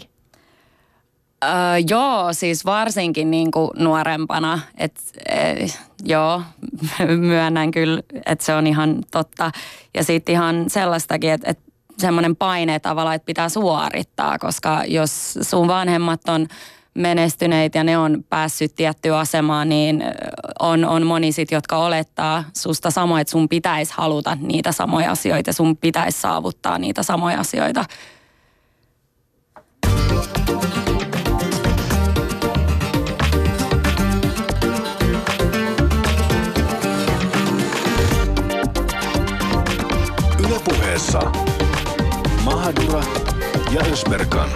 [SPEAKER 6] Joo, siis varsinkin niin kuin nuorempana, että joo, myönnän kyllä, että se on ihan totta. Ja sitten ihan sellaistakin, että semmoinen paine tavallaan, että pitää suorittaa, koska jos sun vanhemmat on menestyneitä ja ne on päässyt tiettyyn asemaan, niin on moni sit, jotka olettaa susta samoin, että sun pitäisi haluta niitä samoja asioita, sun pitäisi saavuttaa niitä samoja asioita.
[SPEAKER 2] Yle Puheessa Mahadura ja Ösberkan.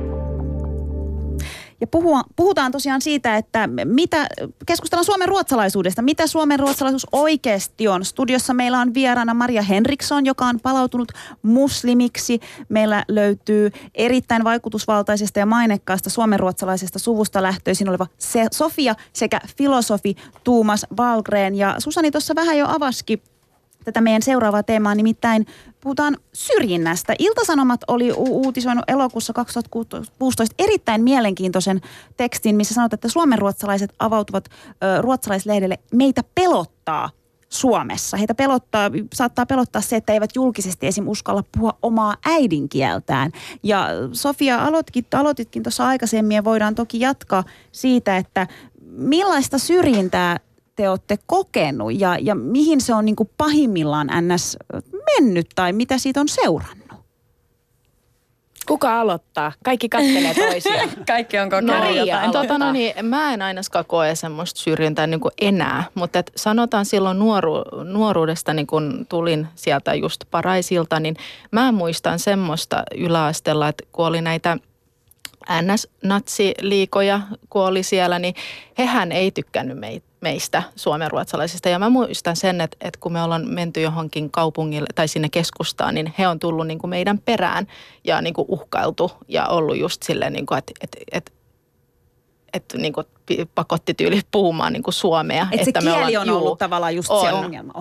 [SPEAKER 3] Ja puhutaan tosiaan siitä, että keskustellaan Suomen ruotsalaisuudesta. Mitä Suomen ruotsalaisuus oikeasti on? Studiossa meillä on vieraana Maria Henriksson, joka on palautunut muslimiksi. Meillä löytyy erittäin vaikutusvaltaisesta ja mainekkaasta suomenruotsalaisesta suvusta lähtöisin oleva Sofia sekä filosofi Tuomas Wahlgren. Ja Susani tuossa vähän jo avasikin tätä meidän seuraavaa teemaa, nimittäin puhutaan syrjinnästä. Ilta-Sanomat oli uutisoinut elokuussa 2016 erittäin mielenkiintoisen tekstin, missä sanotaan, että suomenruotsalaiset avautuvat ruotsalaislehdelle Meitä pelottaa Suomessa. Heitä saattaa pelottaa se, että eivät julkisesti esim. Uskalla puhua omaa äidinkieltään. Ja Sofia, aloititkin tuossa aikaisemmin ja voidaan toki jatkaa siitä, että millaista syrjintää te olette kokenut ja mihin se on niin kuin pahimmillaan ns. Mennyt tai mitä siitä on seurannut?
[SPEAKER 1] Kuka aloittaa? Kaikki kattelee toisiaan.
[SPEAKER 6] Kaikki on kokenut jotain.
[SPEAKER 5] Mä en ainakaan koe semmoista syrjintää niin kuin enää, mutta et sanotaan silloin nuoruudesta, niin kun tulin sieltä just Paraisilta, niin mä muistan semmoista yläasteella, että kun oli näitä NS-natsiliikoja, kun oli siellä, niin hehän ei tykkännyt meistä suomenruotsalaisista. Ja mä muistan sen, että kun me ollaan menty johonkin kaupungille tai sinne keskustaan, niin he on tullut niin kuin meidän perään ja niin kuin uhkailtu ja ollut just silleen, niin kuin, että niin kuin pakotti tyyli puhumaan niin kuin suomea.
[SPEAKER 3] Että se kieli on ollut tavallaan just se ongelma.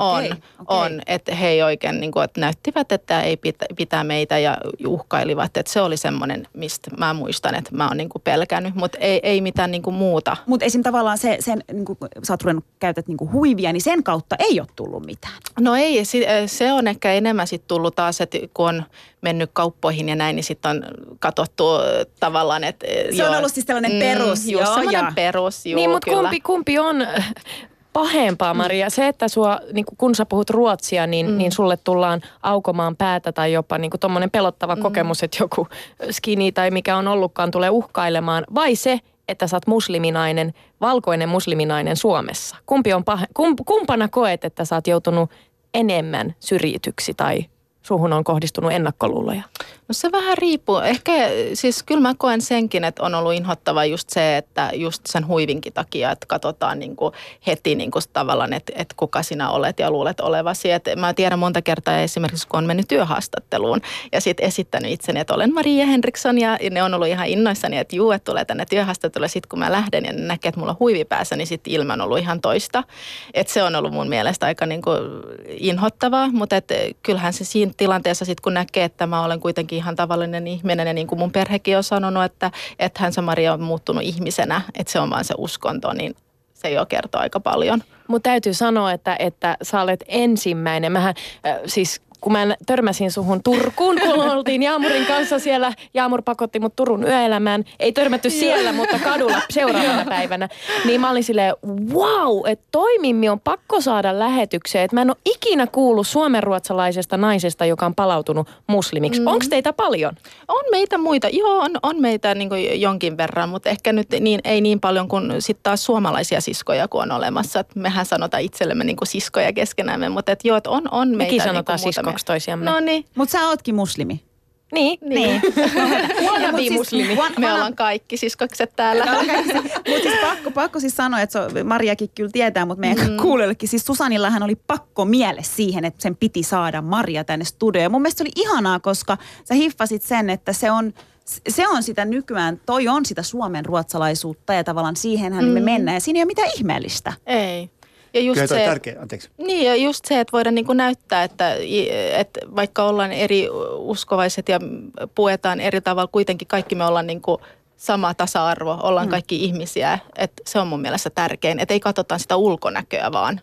[SPEAKER 5] On. Että he ei oikein niin kuin, että näyttivät, että ei pitää meitä ja uhkailivat. Että se oli semmoinen, mistä mä muistan, että mä oon niin kuin pelkännyt, mutta ei mitään niin kuin muuta.
[SPEAKER 3] Mutta esim. Tavallaan sen niin kuin sä oot ruvennut käytät niin kuin huivia, niin sen kautta ei ole tullut mitään.
[SPEAKER 5] No ei, se on ehkä enemmän sitten tullut taas, että kun on mennyt kauppoihin ja näin, niin sitten on katsottu tavallaan, että
[SPEAKER 3] se on ollut siis tällainen perus.
[SPEAKER 5] Just semmoinen perus, joo,
[SPEAKER 1] niin, mutta kumpi on pahempaa, Maria? Se, että sua, niin kun sä puhut ruotsia, niin sulle tullaan aukomaan päätä tai jopa niin tommoinen pelottava kokemus, että joku skini tai mikä on ollutkaan tulee uhkailemaan. Vai se, että sä oot musliminainen, valkoinen musliminainen Suomessa? Kumpi on kumpana koet, että sä oot joutunut enemmän syrjityksi tai suhun on kohdistunut ennakkoluuloja?
[SPEAKER 5] No se vähän riippuu. Ehkä siis kyllä mä koen senkin, että on ollut inhottava just se, että just sen huivinkin takia, että katsotaan niin kuin heti niin kuin tavallaan, että kuka sinä olet ja luulet olevasi. Et mä tiedän monta kertaa esimerkiksi, kun on mennyt työhaastatteluun ja sitten esittänyt itseni, että olen Maria Henriksson ja ne on ollut ihan innoissani, että juu, että tulee tänne työhaastatteluun ja sitten kun mä lähden ja ne näkee, että mulla on huivi päässä, niin sitten ilma on ollut ihan toista. Että se on ollut mun mielestä aika niin kuin inhottavaa, mutta kyllähän se siinä tilanteessa sitten kun näkee, että mä olen kuitenkin ihan tavallinen ihminen ja niin kuin mun perhekin on sanonut, että hän se Maria on muuttunut ihmisenä, että se on vaan se uskonto, niin se jo kertoo aika paljon.
[SPEAKER 1] Mutta täytyy sanoa, että sä olet ensimmäinen. Mähän siis kun mä törmäsin suhun Turkuun, kun oltiin Jaamurin kanssa siellä. Jaamur pakotti mut Turun yöelämään. Ei törmätty siellä, mutta kadulla seuraavana päivänä. Niin mä olin silleen, wow, että toi Mimmi on pakko saada lähetykseen. Että mä en ole ikinä kuullut suomenruotsalaisesta naisesta, joka on palautunut muslimiksi. Onko teitä paljon?
[SPEAKER 5] On meitä muita. Joo, on meitä niin kuin jonkin verran, mutta ehkä nyt ei niin paljon kuin sitten taas suomalaisia siskoja, kun on olemassa. Et mehän sanotaan itsellemme niin kuin siskoja keskenämme, mutta joo, että on meitä.
[SPEAKER 1] Mekin sanotaan niin toisiamme.
[SPEAKER 5] No niin.
[SPEAKER 3] Mutta sä ootkin muslimi.
[SPEAKER 1] Niin.
[SPEAKER 3] Ja
[SPEAKER 1] muslimi.
[SPEAKER 5] Me ollaan kaikki siskokset täällä.
[SPEAKER 3] Mutta siis pakko siis sanoa, että Mariakin kyllä tietää, mutta meidän kuulijoillekin. Siis Susanillahan oli pakko miele siihen, että sen piti saada Maria tänne studioon. Ja mun mielestä se oli ihanaa, koska sä hiffasit sen, että se on sitä nykyään, toi on sitä Suomen ruotsalaisuutta ja tavallaan siihenhän me mennään. Ja siinä ei ole mitään ihmeellistä.
[SPEAKER 5] Ei. Ja just
[SPEAKER 4] kyllä
[SPEAKER 5] se,
[SPEAKER 4] tärkeä, anteeksi.
[SPEAKER 5] Niin, ja just se, että voidaan niin kuin näyttää, että vaikka ollaan eri uskovaiset ja puetaan eri tavalla, kuitenkin kaikki me ollaan niin kuin sama tasa-arvo, ollaan kaikki ihmisiä. Että se on mun mielestä tärkein, että ei katsota sitä ulkonäköä vaan.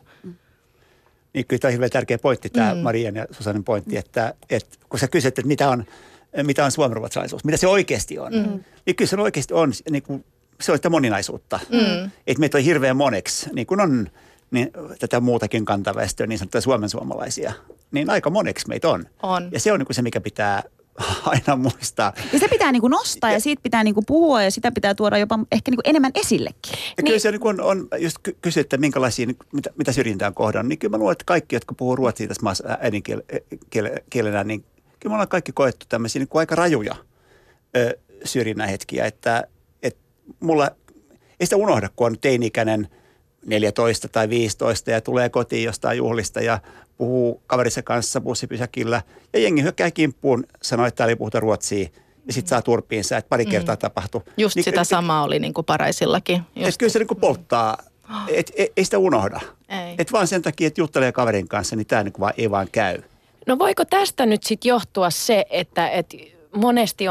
[SPEAKER 4] Niin kyllä tämä on hirveän tärkeä pointti, tämä Marian ja Susanin pointti, että kun sä kysyt, että mitä on suomenruotsalaisuus, mitä se oikeasti on, niin kyllä se oikeasti on, niin kuin, se on sitä moninaisuutta. Että meitä on hirveän moneksi, niin kuin on niin tätä muutakin kantaväestöä, niin sanottuja suomalaisia, niin aika moneksi meitä on. Ja se on niin kuin se, mikä pitää aina muistaa.
[SPEAKER 3] Ja se pitää niin kuin nostaa ja siitä pitää niin kuin puhua ja sitä pitää tuoda jopa ehkä niin kuin enemmän esillekin.
[SPEAKER 4] Ja kyllä se niin kuin on just kysyä, että minkälaisia, mitä syrjintää on kohdannut, niin kyllä mä luulen, että kaikki, jotka puhuu ruotsia tässä maassa äidinkielenä, niin kyllä me ollaan kaikki koettu tämmöisiä niin kuin aika rajuja syrjinnän hetkiä, että mulla ei sitä unohda, kun on teini-ikäinen 14 tai 15 ja tulee kotiin jostain juhlista ja puhuu kaverissa kanssa bussipysäkillä ja jengi hyökkää kimppuun, sanoo, että täällä ei puhuta ruotsia ja sitten saa turpiinsa, että pari kertaa tapahtui.
[SPEAKER 5] Just niin, sitä samaa oli niin kuin Paraisillakin.
[SPEAKER 4] Että kyllä se niin kuin polttaa, ei sitä unohda. Että vaan sen takia, että juttelee kaverin kanssa, niin tämä niin kuin ei vaan käy.
[SPEAKER 1] No voiko tästä nyt sitten johtua se, että monesti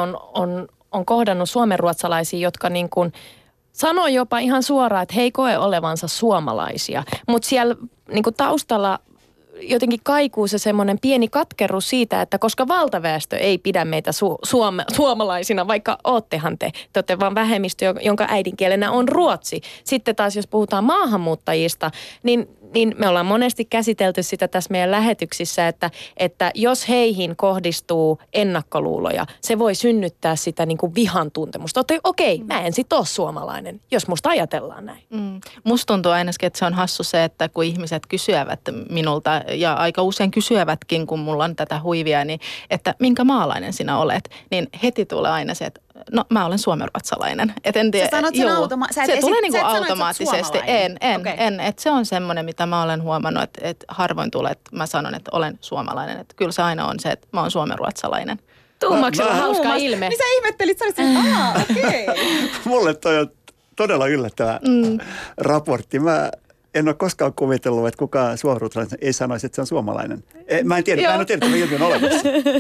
[SPEAKER 1] on kohdannut suomenruotsalaisia, jotka niin kuin sanoo jopa ihan suoraan, että he ei koe olevansa suomalaisia, mutta siellä niin kuin taustalla jotenkin kaikuu se semmoinen pieni katkeruus siitä, että koska valtaväestö ei pidä meitä suomalaisina, vaikka oottehan te olette vaan vähemmistö, jonka äidinkielenä on ruotsi. Sitten taas jos puhutaan maahanmuuttajista, niin me ollaan monesti käsitelty sitä tässä meidän lähetyksissä, että jos heihin kohdistuu ennakkoluuloja, se voi synnyttää sitä niin kuin vihan tuntemusta. Okei, mä en sit ole suomalainen, jos musta ajatellaan näin.
[SPEAKER 5] Musta tuntuu ainakin, että se on hassu se, että kun ihmiset kysyvät minulta, ja aika usein kysyvätkin, kun mulla on tätä huivia, niin että minkä maalainen sinä olet, niin heti tulee aina se, että no mä olen suomenruotsalainen. Et en tiedä,
[SPEAKER 3] sä sanot sen
[SPEAKER 5] se tulee niinku
[SPEAKER 3] sano,
[SPEAKER 5] automaattisesti. En. Et se on semmoinen, mitä mä olen huomannut, että harvoin tulee, että mä sanon, että olen suomalainen. Että kyllä se aina on se, että mä oon suomenruotsalainen.
[SPEAKER 1] Tuumaksella hauska ilme.
[SPEAKER 3] Niin sä ihmettelit, sä olit okei.
[SPEAKER 4] Mulle toi on todella yllättävä raportti. Mä en ole koskaan kuvitellut, että kukaan suomenruotsalainen ei sanoisi, että se on suomalainen. Mä en tiedä, mä en ole tiedä, että ilmiö on olemassa.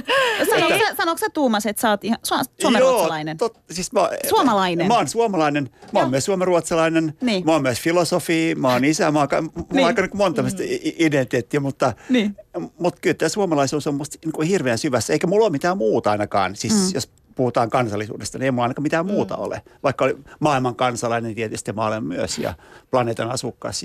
[SPEAKER 3] Sanoitko sä Tuumas, että sä oot ihan suomenruotsalainen?
[SPEAKER 4] Joo, siis
[SPEAKER 3] suomalainen.
[SPEAKER 4] Mä oon suomalainen, mä oon myös suomenruotsalainen, mä oon myös filosofi, mä oon isä, mulla on aika monta identiteettiä, mutta kyllä tämä suomalaisuus on musta niin hirveän syvässä, eikä mulla ole mitään muuta ainakaan, siis jos puhutaan kansallisuudesta, niin ei mulla ainakaan mitään muuta ole. Vaikka oli maailman kansalainen tietysti mä olen myös ja planeetan asukas.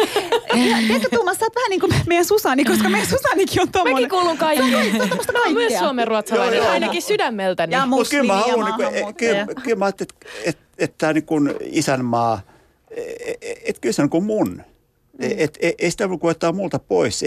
[SPEAKER 3] Tiedätkö Tuumas, sä oot vähän niin kuin meidän Susani, koska meidän Susanikin on tommoinen.
[SPEAKER 1] Mäkin kuulun kaikkeen. Mä oon myös suomenruotsalainen, ainakin sydämeltäni.
[SPEAKER 3] Ja muslimi ja
[SPEAKER 4] maahanmuuttaja. Kyllä mä ajattelin, että tämä niin kuin isänmaa, että kyllä se on kuin mun. Ei sitä voi koettaa multa pois.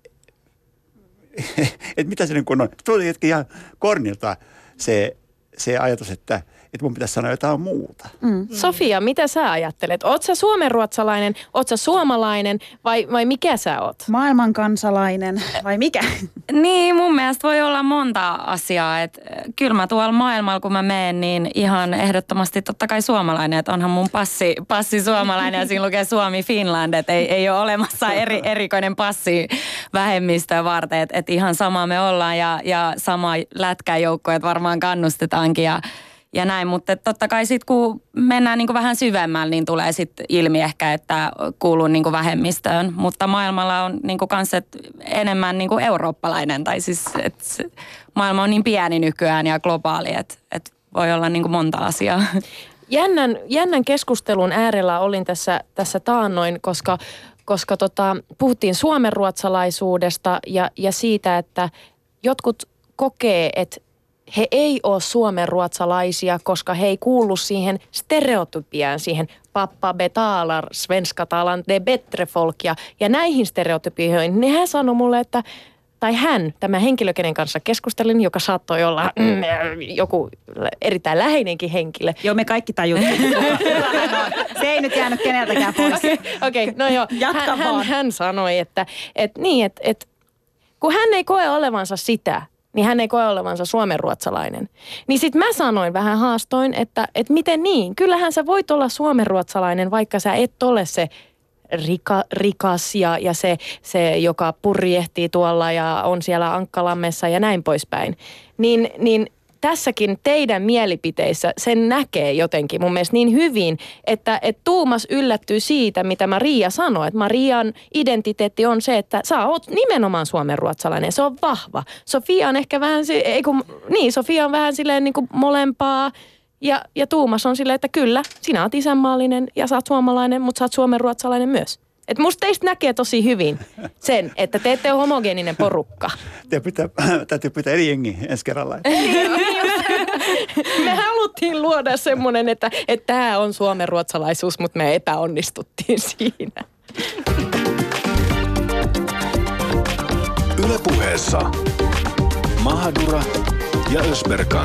[SPEAKER 4] Että mitä se niin kuin on. Tuli ihan kornilta se ajatus, että mun pitäisi sanoa jotain muuta.
[SPEAKER 1] Sofia, mitä sä ajattelet? Oot sä suomenruotsalainen, oot sä suomalainen vai mikä sä oot?
[SPEAKER 3] Maailmankansalainen vai mikä?
[SPEAKER 6] Niin, mun mielestä voi olla monta asiaa. Että kyllä mä tuolla maailmalla, kun mä menen, niin ihan ehdottomasti totta kai suomalainen. Että onhan mun passi suomalainen ja siinä lukee Suomi Finland. Että ei ole olemassa erikoinen passi vähemmistöä varten. Että ihan sama me ollaan ja sama lätkäjoukkoja varmaan kannustetaankin ja näin, mutta totta kai sitten kun mennään niinku vähän syvemmällä, niin tulee sitten ilmi ehkä, että kuuluu niinku vähemmistöön. Mutta maailmalla on niinku kans enemmän niinku eurooppalainen, tai siis maailma on niin pieni nykyään ja globaali, että voi olla niinku monta asiaa.
[SPEAKER 1] Jännän keskustelun äärellä olin tässä taannoin, koska puhuttiin suomenruotsalaisuudesta ja siitä, että jotkut kokee, että he ei ole suomenruotsalaisia, koska he ei kuulu siihen stereotypiaan, siihen pappa betalar, svenska talan de bättre folk ja näihin stereotypioihin. Niin hän sanoi mulle, että tai hän, tämä henkilö, kenen kanssa keskustelin, joka saattoi olla joku erittäin läheinenkin henkilö.
[SPEAKER 3] Joo, me kaikki tajuttiin. Se ei nyt jäänyt keneltäkään pois.
[SPEAKER 1] Okei, no joo.
[SPEAKER 3] Jatka vaan.
[SPEAKER 1] Hän sanoi, että kun hän ei koe olevansa sitä, niin hän ei koe olevansa suomenruotsalainen. Niin sit mä sanoin vähän haastoin, että miten niin? Kyllähän sä voit olla suomenruotsalainen, vaikka sä et ole se rikas ja se, joka purjehtii tuolla ja on siellä Ankkalammessa ja näin poispäin. Niin tässäkin teidän mielipiteissä sen näkee jotenkin mun mielestä niin hyvin, että Tuumas yllättyy siitä, mitä Maria sanoi. Että Marian identiteetti on se, että sä oot nimenomaan suomenruotsalainen. Se on vahva. Sofia on ehkä vähän, Sofia on vähän silleen niin kuin molempaa. Ja Tuumas on silleen, että kyllä, sinä oot isänmaallinen ja sä oot suomalainen, mutta sä oot suomenruotsalainen myös. Et musta teistä näkee tosi hyvin sen, että te ette ole homogeeninen porukka.
[SPEAKER 4] Täytyy pitää eri jengi ensi kerralla.
[SPEAKER 1] Me haluttiin luoda semmoinen, että tämä on suomenruotsalaisuus, mutta me epäonnistuttiin siinä.
[SPEAKER 2] Yle Puheessa Mahadura ja Ösberkan.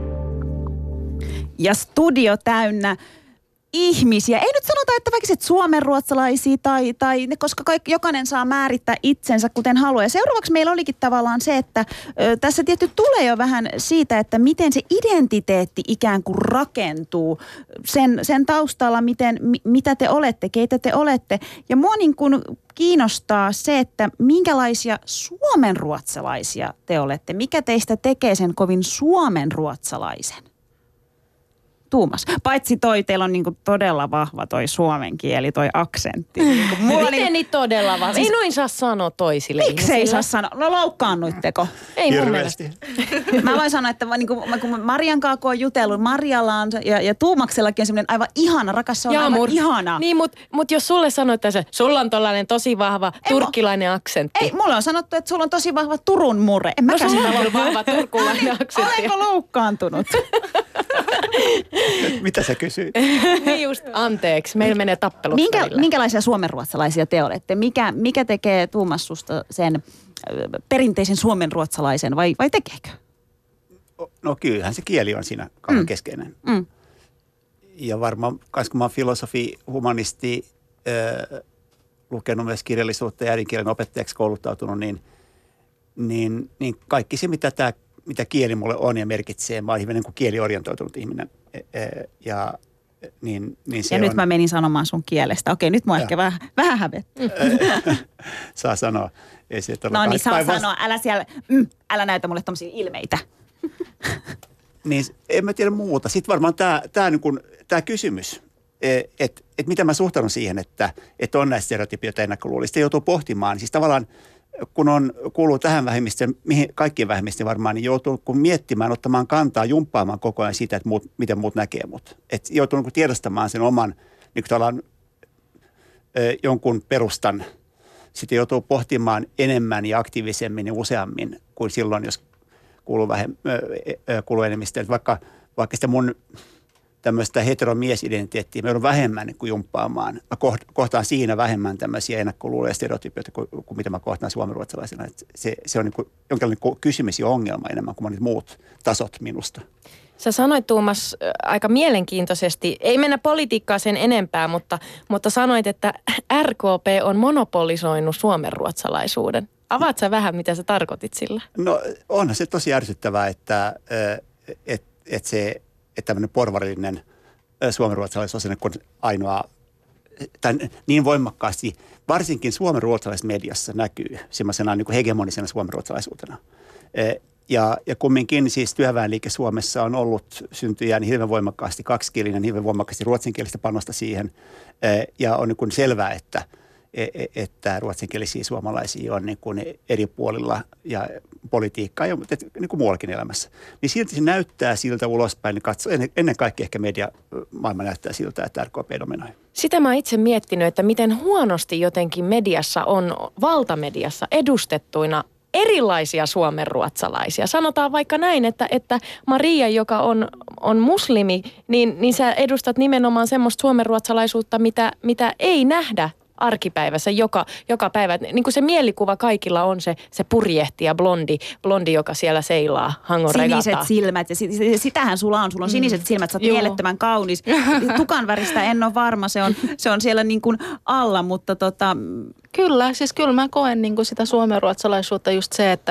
[SPEAKER 3] Ja studio täynnä ihmisiä. Ei nyt sanota, että väkiset suomenruotsalaisia tai koska jokainen saa määrittää itsensä kuten haluaa. Ja seuraavaksi meillä olikin tavallaan se, että tässä tietty tulee jo vähän siitä, että miten se identiteetti ikään kuin rakentuu sen taustalla, mitä te olette, keitä te olette. Ja mua niin kuin kiinnostaa se, että minkälaisia suomenruotsalaisia te olette. Mikä teistä tekee sen kovin suomenruotsalaisen? Tuumas. Paitsi teillä on niinku todella vahva toi suomen kieli, toi aksentti.
[SPEAKER 1] Miten niin todella vahva? Ei noin saa sanoa toisille
[SPEAKER 3] ihmisille. Miksi ei saa sanoa? No loukkaannuitteko?
[SPEAKER 1] Ei mun mielestä.
[SPEAKER 3] Mä voin sanoa, että kun Marian kanssa on jutellut, Marialla on ja Tuumaksellakin on semmoinen aivan ihana, rakas, se on aivan ihana.
[SPEAKER 1] Niin, mutta jos sulle sanotaan, että sulla on tollainen tosi vahva turkkilainen aksentti.
[SPEAKER 3] Ei, mulle on sanottu, että sulla on tosi vahva Turun murre. En mäkään
[SPEAKER 1] sitä ole vahva turkulainen aksentti.
[SPEAKER 3] Olenko loukkaantunut?
[SPEAKER 4] Mitä sä kysyit?
[SPEAKER 1] Niin just, anteeksi, meillä menee tappelut
[SPEAKER 3] minkälaisia suomenruotsalaisia te olette? Mikä tekee Tuumas susta sen perinteisen suomenruotsalaisen vai tekeekö?
[SPEAKER 4] No kyllähän se kieli on siinä kauan keskeinen. Ja varmaan, koska mä oon filosofi, humanisti, lukenut myös kirjallisuutta ja äidinkielen opettajaksi kouluttautunut, niin kaikki se, mitä kieli mulle on ja merkitsee. Mä oon hyvin niin kuin kieliorientoitunut ihminen. Niin se
[SPEAKER 3] ja
[SPEAKER 4] on...
[SPEAKER 3] nyt mä menin sanomaan sun kielestä. Okei, nyt mua ehkä vähän hävettä.
[SPEAKER 4] Saa sanoa. Ei se
[SPEAKER 3] no niin, saa sanoa. Älä näytä mulle tommosia ilmeitä.
[SPEAKER 4] Niin, en mä tiedä muuta. Sitten varmaan tämä kysymys, että mitä mä suhtaudun siihen, että on näistä stereotypioita ennakkoluulista. Joutuu pohtimaan. Siis tavallaan kun kuuluu tähän vähemmistöön, mihin kaikkien vähemmistöön varmaan, niin joutuu miettimään, ottamaan kantaa, jumppaamaan koko ajan sitä, että miten muut näkee mut. Että joutuu tiedostamaan sen oman jonkun perustan. Sitten joutuu pohtimaan enemmän ja aktiivisemmin ja useammin kuin silloin, jos kuuluu enemmistöön. Vaikka sitä mun tämmöistä heteromiesidentiteettiä me joudun vähemmän kuin jumppaamaan. Mä kohtaan siinä vähemmän tämmöisiä ennakkoluuloja ja stereotypioita kuin mitä mä kohtaan suomenruotsalaisena. Se on niin jonkinlainen kysymys ja ongelma enemmän kuin monet muut tasot minusta.
[SPEAKER 1] Sä sanoit, Tuumas, aika mielenkiintoisesti, ei mennä politiikkaan sen enempää, mutta sanoit, että RKP on monopolisoinut suomenruotsalaisuuden. Avaat sä vähän, mitä sä tarkoitit sillä?
[SPEAKER 4] No onhan se tosi ärsyttävää, että tämmöinen porvarillinen suomenruotsalaisuus on ainoa, tai niin voimakkaasti, varsinkin suomenruotsalaisessa mediassa näkyy semmoisena niin kuin hegemonisena suomenruotsalaisuutena. Ja kumminkin siis työväenliike Suomessa on ollut syntyjään hirveän voimakkaasti kaksikielinen, hirveän voimakkaasti ruotsinkielistä panosta siihen. Ja on niin kuin selvää, että ruotsinkielisiä suomalaisia on niin kuin eri puolilla ja politiikkaa ja niin kuin muuallakin elämässä. Niin silti se näyttää siltä ulospäin, niin katsoo, ennen kaikkea ehkä mediamaailma näyttää siltä, että RKP dominoi.
[SPEAKER 1] Sitä mä oon itse miettinyt, että miten huonosti jotenkin mediassa on, valtamediassa edustettuina erilaisia suomenruotsalaisia. Sanotaan vaikka näin, että Maria, joka on muslimi, niin sä edustat nimenomaan semmoista suomenruotsalaisuutta, mitä ei nähdä arkipäivässä joka päivä. Niin kuin se mielikuva kaikilla on se purjehtija, blondi, joka siellä seilaa Hangon regataa.
[SPEAKER 3] Siniset silmät ja sitähän sulla on. Sulla on siniset silmät, sä oot mielettömän kaunis. Tukan väristä en ole varma, se on siellä niin kuin alla, mutta
[SPEAKER 5] Kyllä, siis kyllä mä koen niin kuin sitä suomenruotsalaisuutta just se, että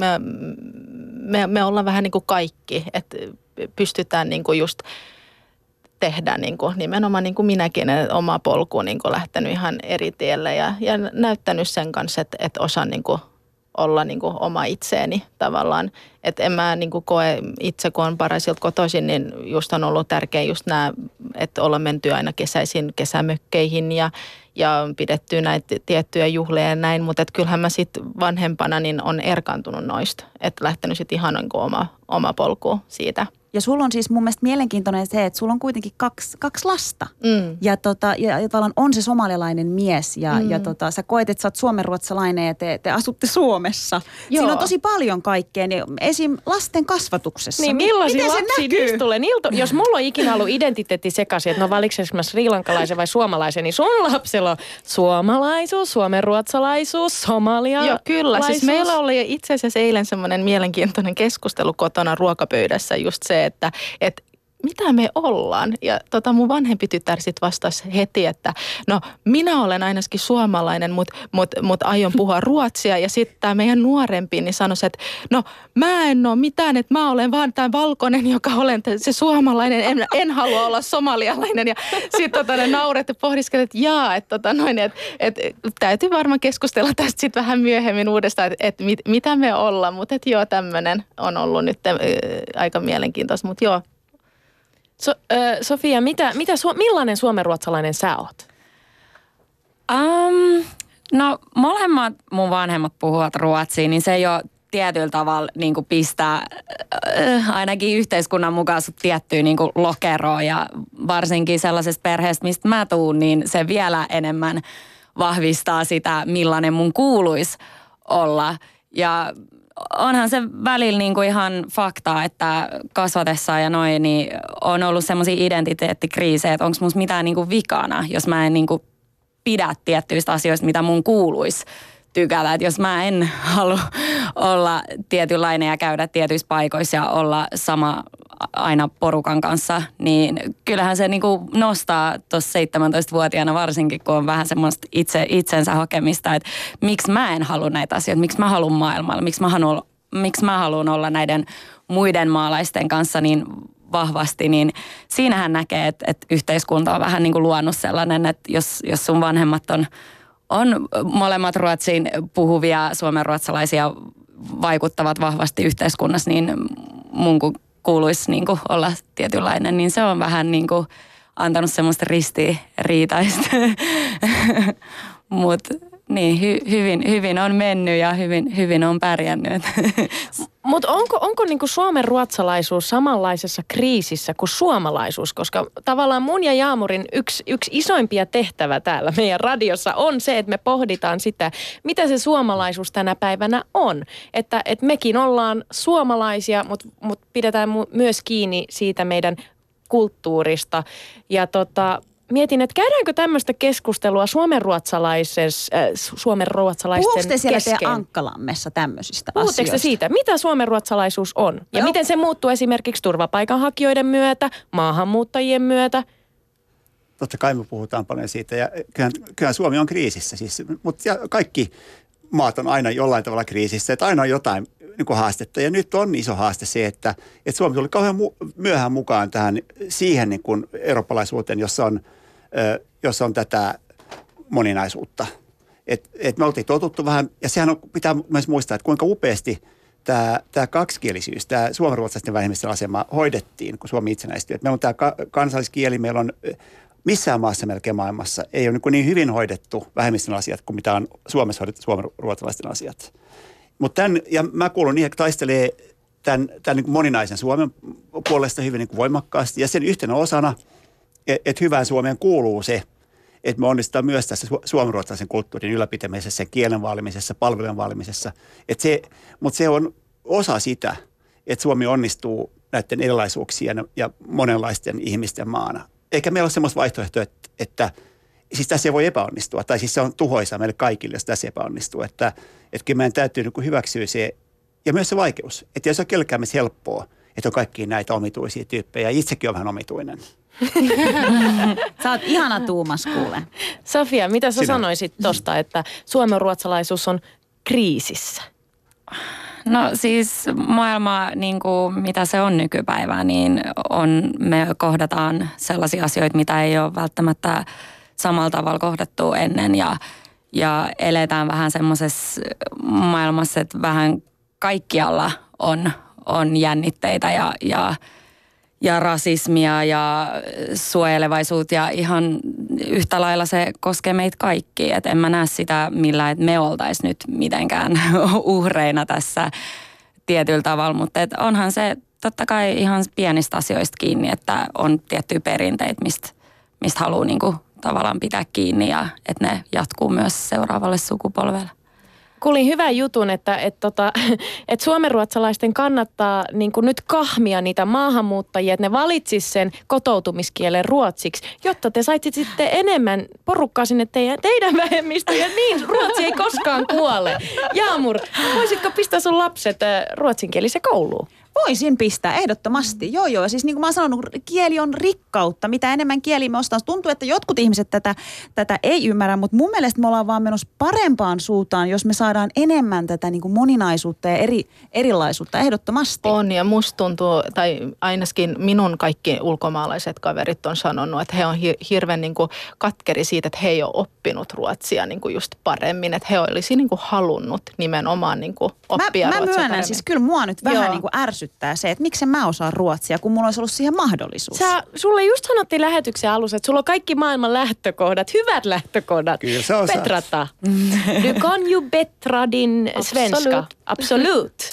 [SPEAKER 5] me ollaan vähän niin kuin kaikki, että pystytään niin kuin just tehdä niin kuin, nimenomaan niin kuin minäkin oma polku niin kuin lähtenyt ihan eri tielle ja näyttänyt sen kanssa, että osaan niin kuin olla niin kuin oma itseeni tavallaan. Että en mä niin kuin koe itse, kun on Parasilta kotoisin, niin just on ollut tärkeä just nämä, että olla menty aina kesäisin kesämökkeihin ja pidetty näitä tiettyjä juhlia ja näin. Mutta kyllähän mä sitten vanhempana niin on erkaantunut noista. Että lähtenyt sitten ihan niin kuin oma polku siitä.
[SPEAKER 3] Ja sulla on siis mun mielestä mielenkiintoinen se, että sulla on kuitenkin kaksi lasta. Ja tavallaan on se somalialainen mies ja sä koet, että sä oot suomenruotsalainen ja te asutte Suomessa. Joo. Siinä on tosi paljon kaikkea. Niin esim. Lasten kasvatuksessa.
[SPEAKER 1] Niin millaisia lapsia niistä tulee? Jos mulla on ikinä ollut identiteetti sekaisin, että no valiksenko mä srilankalaisen vai suomalaisen, niin sun lapsella on suomalaisuus, suomenruotsalaisuus, somalialaisuus.
[SPEAKER 5] Joo, kyllä. Siis meillä oli itse asiassa eilen semmoinen mielenkiintoinen keskustelu kotona ruokapöydässä just se, että mitä me ollaan. Ja mun vanhempi tytär sit vastasi heti, että no minä olen ainakin suomalainen, mutta aion puhua ruotsia. Ja sitten tämä meidän nuorempi niin sanoi, että no mä en ole mitään, että mä olen vaan tämä valkoinen, joka olen se suomalainen, en halua olla somalialainen. Ja sitten ne nauret ja pohdiskelevat, että jaa, että täytyy varmaan keskustella tästä sitten vähän myöhemmin uudestaan, että mitä me ollaan. Mutta joo, tämmöinen on ollut nyt aika mielenkiintoista, mutta joo.
[SPEAKER 1] Sofia, millainen suomenruotsalainen sä oot?
[SPEAKER 6] No molemmat mun vanhemmat puhuvat ruotsia, niin se jo tietyllä tavalla niin kuin pistää ainakin yhteiskunnan mukaan sut tiettyyn niin kuin lokeroon. Ja varsinkin sellaisesta perheestä, mistä mä tuun, niin se vielä enemmän vahvistaa sitä, millainen mun kuuluisi olla. Ja onhan se välillä niinku ihan faktaa, että kasvatessa ja noin, niin on ollut semmoisia identiteettikriisejä, että onko musta mitään niinku vikana, jos mä en niinku pidä tiettyistä asioista, mitä mun kuuluisi tykätä. Että jos mä en halua olla tietynlainen ja käydä tietyissä paikoissa ja olla sama aina porukan kanssa, niin kyllähän se niinku nostaa tuossa 17-vuotiaana varsinkin, kun on vähän semmoista itsensä hokemista, että miksi mä en halua näitä asioita, miksi mä haluan maailmalla, miksi mä haluan olla näiden muiden maalaisten kanssa niin vahvasti, niin siinähän näkee, että yhteiskunta on vähän niin kuin luonut sellainen, että jos sun vanhemmat on molemmat ruotsin puhuvia suomenruotsalaisia vaikuttavat vahvasti yhteiskunnassa, niin mun kuuluisi niin kuin olla tietynlainen, niin se on vähän niin kuin antanut semmoista ristiriitaista. Mutta niin, hyvin on mennyt ja hyvin on pärjännyt.
[SPEAKER 1] Mutta onko niinku suomenruotsalaisuus samanlaisessa kriisissä kuin suomalaisuus? Koska tavallaan mun ja Jaamurin yksi isoimpia tehtävä täällä meidän radiossa on se, että me pohditaan sitä, mitä se suomalaisuus tänä päivänä on. Että mekin ollaan suomalaisia, mutta pidetään myös kiinni siitä meidän kulttuurista. Ja mietin, että käydäänkö tämmöistä keskustelua suomenruotsalaisten
[SPEAKER 3] Puhuuko te siellä
[SPEAKER 1] kesken?
[SPEAKER 3] teidän Ankkalammessa tämmöisistä
[SPEAKER 1] Puhutteko
[SPEAKER 3] asioista?
[SPEAKER 1] te siitä, mitä suomenruotsalaisuus on? Ja miten se muuttuu esimerkiksi turvapaikanhakijoiden myötä, maahanmuuttajien myötä?
[SPEAKER 4] Totta kai me puhutaan paljon siitä ja kyllähän Suomi on kriisissä. Siis, mutta kaikki maat on aina jollain tavalla kriisissä, että aina on jotain niin kuin haastetta. Ja nyt on iso haaste se, että Suomi tuli kauhean myöhään mukaan siihen niin kuin eurooppalaisuuteen, jossa on tätä moninaisuutta. Et me oltiin totuttu vähän, ja sehän pitää myös muistaa, että kuinka upeasti tämä kaksikielisyys, tämä suomenruotsalaisten vähemmistön asema hoidettiin, kun Suomi itsenäistyi. Et meillä on tämä kansalliskieli, meillä on missään maassa melkein maailmassa ei ole niin hyvin hoidettu vähemmistön asiat kuin mitä on Suomessa hoidettu suomenruotsalaisten asiat. Ja mä kuulun niihin, että taistelee tämän niin kuin moninaisen Suomen puolesta hyvin niin kuin voimakkaasti. Ja sen yhtenä osana, että hyvään Suomeen kuuluu se, että me onnistutaan myös tässä suomenruotsalaisen kulttuurin ylläpitämisessä, sen kielen vaalimisessa, palvelujen vaalimisessa. Mutta se on osa sitä, että Suomi onnistuu näiden erilaisuuksien ja monenlaisten ihmisten maana. Eikä meillä ole sellaista vaihtoehtoa, että siis tässä ei voi epäonnistua. Tai siis se on tuhoisaa meille kaikille, jos tässä epäonnistuu. Että kyllä meidän täytyy niin kuin hyväksyä se, ja myös se vaikeus. Että jos on kellekään meistä helppoa, että on kaikkia näitä omituisia tyyppejä, ja itsekin on vähän omituinen.
[SPEAKER 3] Sä oot ihana tuumas, kuule.
[SPEAKER 1] Sofia, mitä sä sanoisit tosta, että suomenruotsalaisuus on kriisissä?
[SPEAKER 6] No siis maailma, niin kuin mitä se on nykypäivää, niin me kohdataan sellaisia asioita, mitä ei ole välttämättä samalla tavalla kohdattu ennen ja eletään vähän semmoisessa maailmassa, että vähän kaikkialla on jännitteitä ja rasismia ja suojelevaisuutta ja ihan yhtä lailla se koskee meitä kaikki. Et en mä näe sitä millään, että me oltaisiin nyt mitenkään uhreina tässä tietyllä tavalla, mutta onhan se totta kai ihan pienistä asioista kiinni, että on tiettyjä perinteitä, mistä haluaa niinku tavallaan pitää kiinni ja että ne jatkuu myös seuraavalle sukupolvelle.
[SPEAKER 1] Kuulin hyvän jutun, että suomenruotsalaisten kannattaa niin kuin nyt kahmia niitä maahanmuuttajia, että ne valitsis sen kotoutumiskielen ruotsiksi, jotta te saisit sitten enemmän porukkaa sinne teidän vähemmistöön. Niin, ruotsi ei koskaan kuole. Jaamur, voisitko pistää sun lapset ruotsinkieliseen kouluun?
[SPEAKER 3] Voisin pistää, ehdottomasti. Joo. Siis niin kuin mä oon sanonut, kieli on rikkautta. Mitä enemmän kieliä me ostaa. Tuntuu, että jotkut ihmiset tätä ei ymmärrä, mutta mun mielestä me ollaan vaan menossa parempaan suuntaan, jos me saadaan enemmän tätä niin kuin moninaisuutta ja erilaisuutta, ehdottomasti.
[SPEAKER 5] On, ja musta tuntuu, tai ainakin minun kaikki ulkomaalaiset kaverit on sanonut, että he on hirveän niin kuin katkeri siitä, että he ei ole oppinut ruotsia niin kuin just paremmin. Että he olisi niin kuin halunnut nimenomaan niin kuin oppia ruotsia
[SPEAKER 3] Mä myönnän,
[SPEAKER 5] paremmin.
[SPEAKER 3] siis kyllä mua nyt vähän niin kuin ärsyttää se, että miksi mä osaan ruotsia, kun mulla olisi ollut siihen mahdollisuus.
[SPEAKER 1] Sulle just sanottiin lähetyksen alussa, että sulla on kaikki maailman lähtökohdat, hyvät lähtökohdat.
[SPEAKER 4] Kyllä sä osaat.
[SPEAKER 1] Petrata. Du kan ju bättra din svenska. Absolut.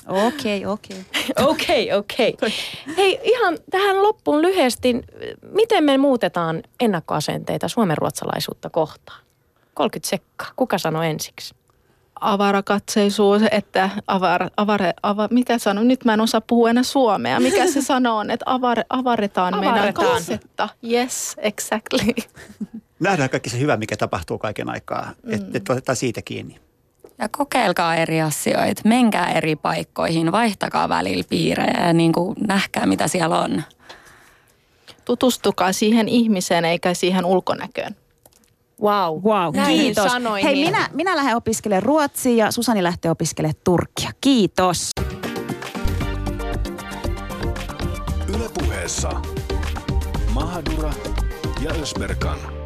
[SPEAKER 1] Okei. Hei, ihan tähän loppuun lyhyesti. Miten me muutetaan ennakkoasenteita suomenruotsalaisuutta kohtaan? 30 sekkaa. Kuka sanoi ensiksi?
[SPEAKER 5] Avarakatseisuus, että mikä sano? Nyt mä en osaa puhua enää suomea. Mikä se sanoo on, että avaretaan meidän katsetta. Yes, exactly.
[SPEAKER 4] Nähdään kaikki se hyvä, mikä tapahtuu kaiken aikaa, että otetaan siitä kiinni.
[SPEAKER 6] Ja kokeilkaa eri asioita, menkää eri paikkoihin, vaihtakaa välillä piirejä ja niin kuin nähkää, mitä siellä on.
[SPEAKER 5] Tutustukaa siihen ihmiseen eikä siihen ulkonäköön.
[SPEAKER 1] Wow.
[SPEAKER 3] Kiitos.
[SPEAKER 1] Sanoin,
[SPEAKER 3] hei,
[SPEAKER 1] niin.
[SPEAKER 3] minä lähden opiskelemaan ruotsia ja Susani lähtee opiskelemaan turkkia. Kiitos.
[SPEAKER 2] Yle Puheessa Mahadura ja Ösberkan.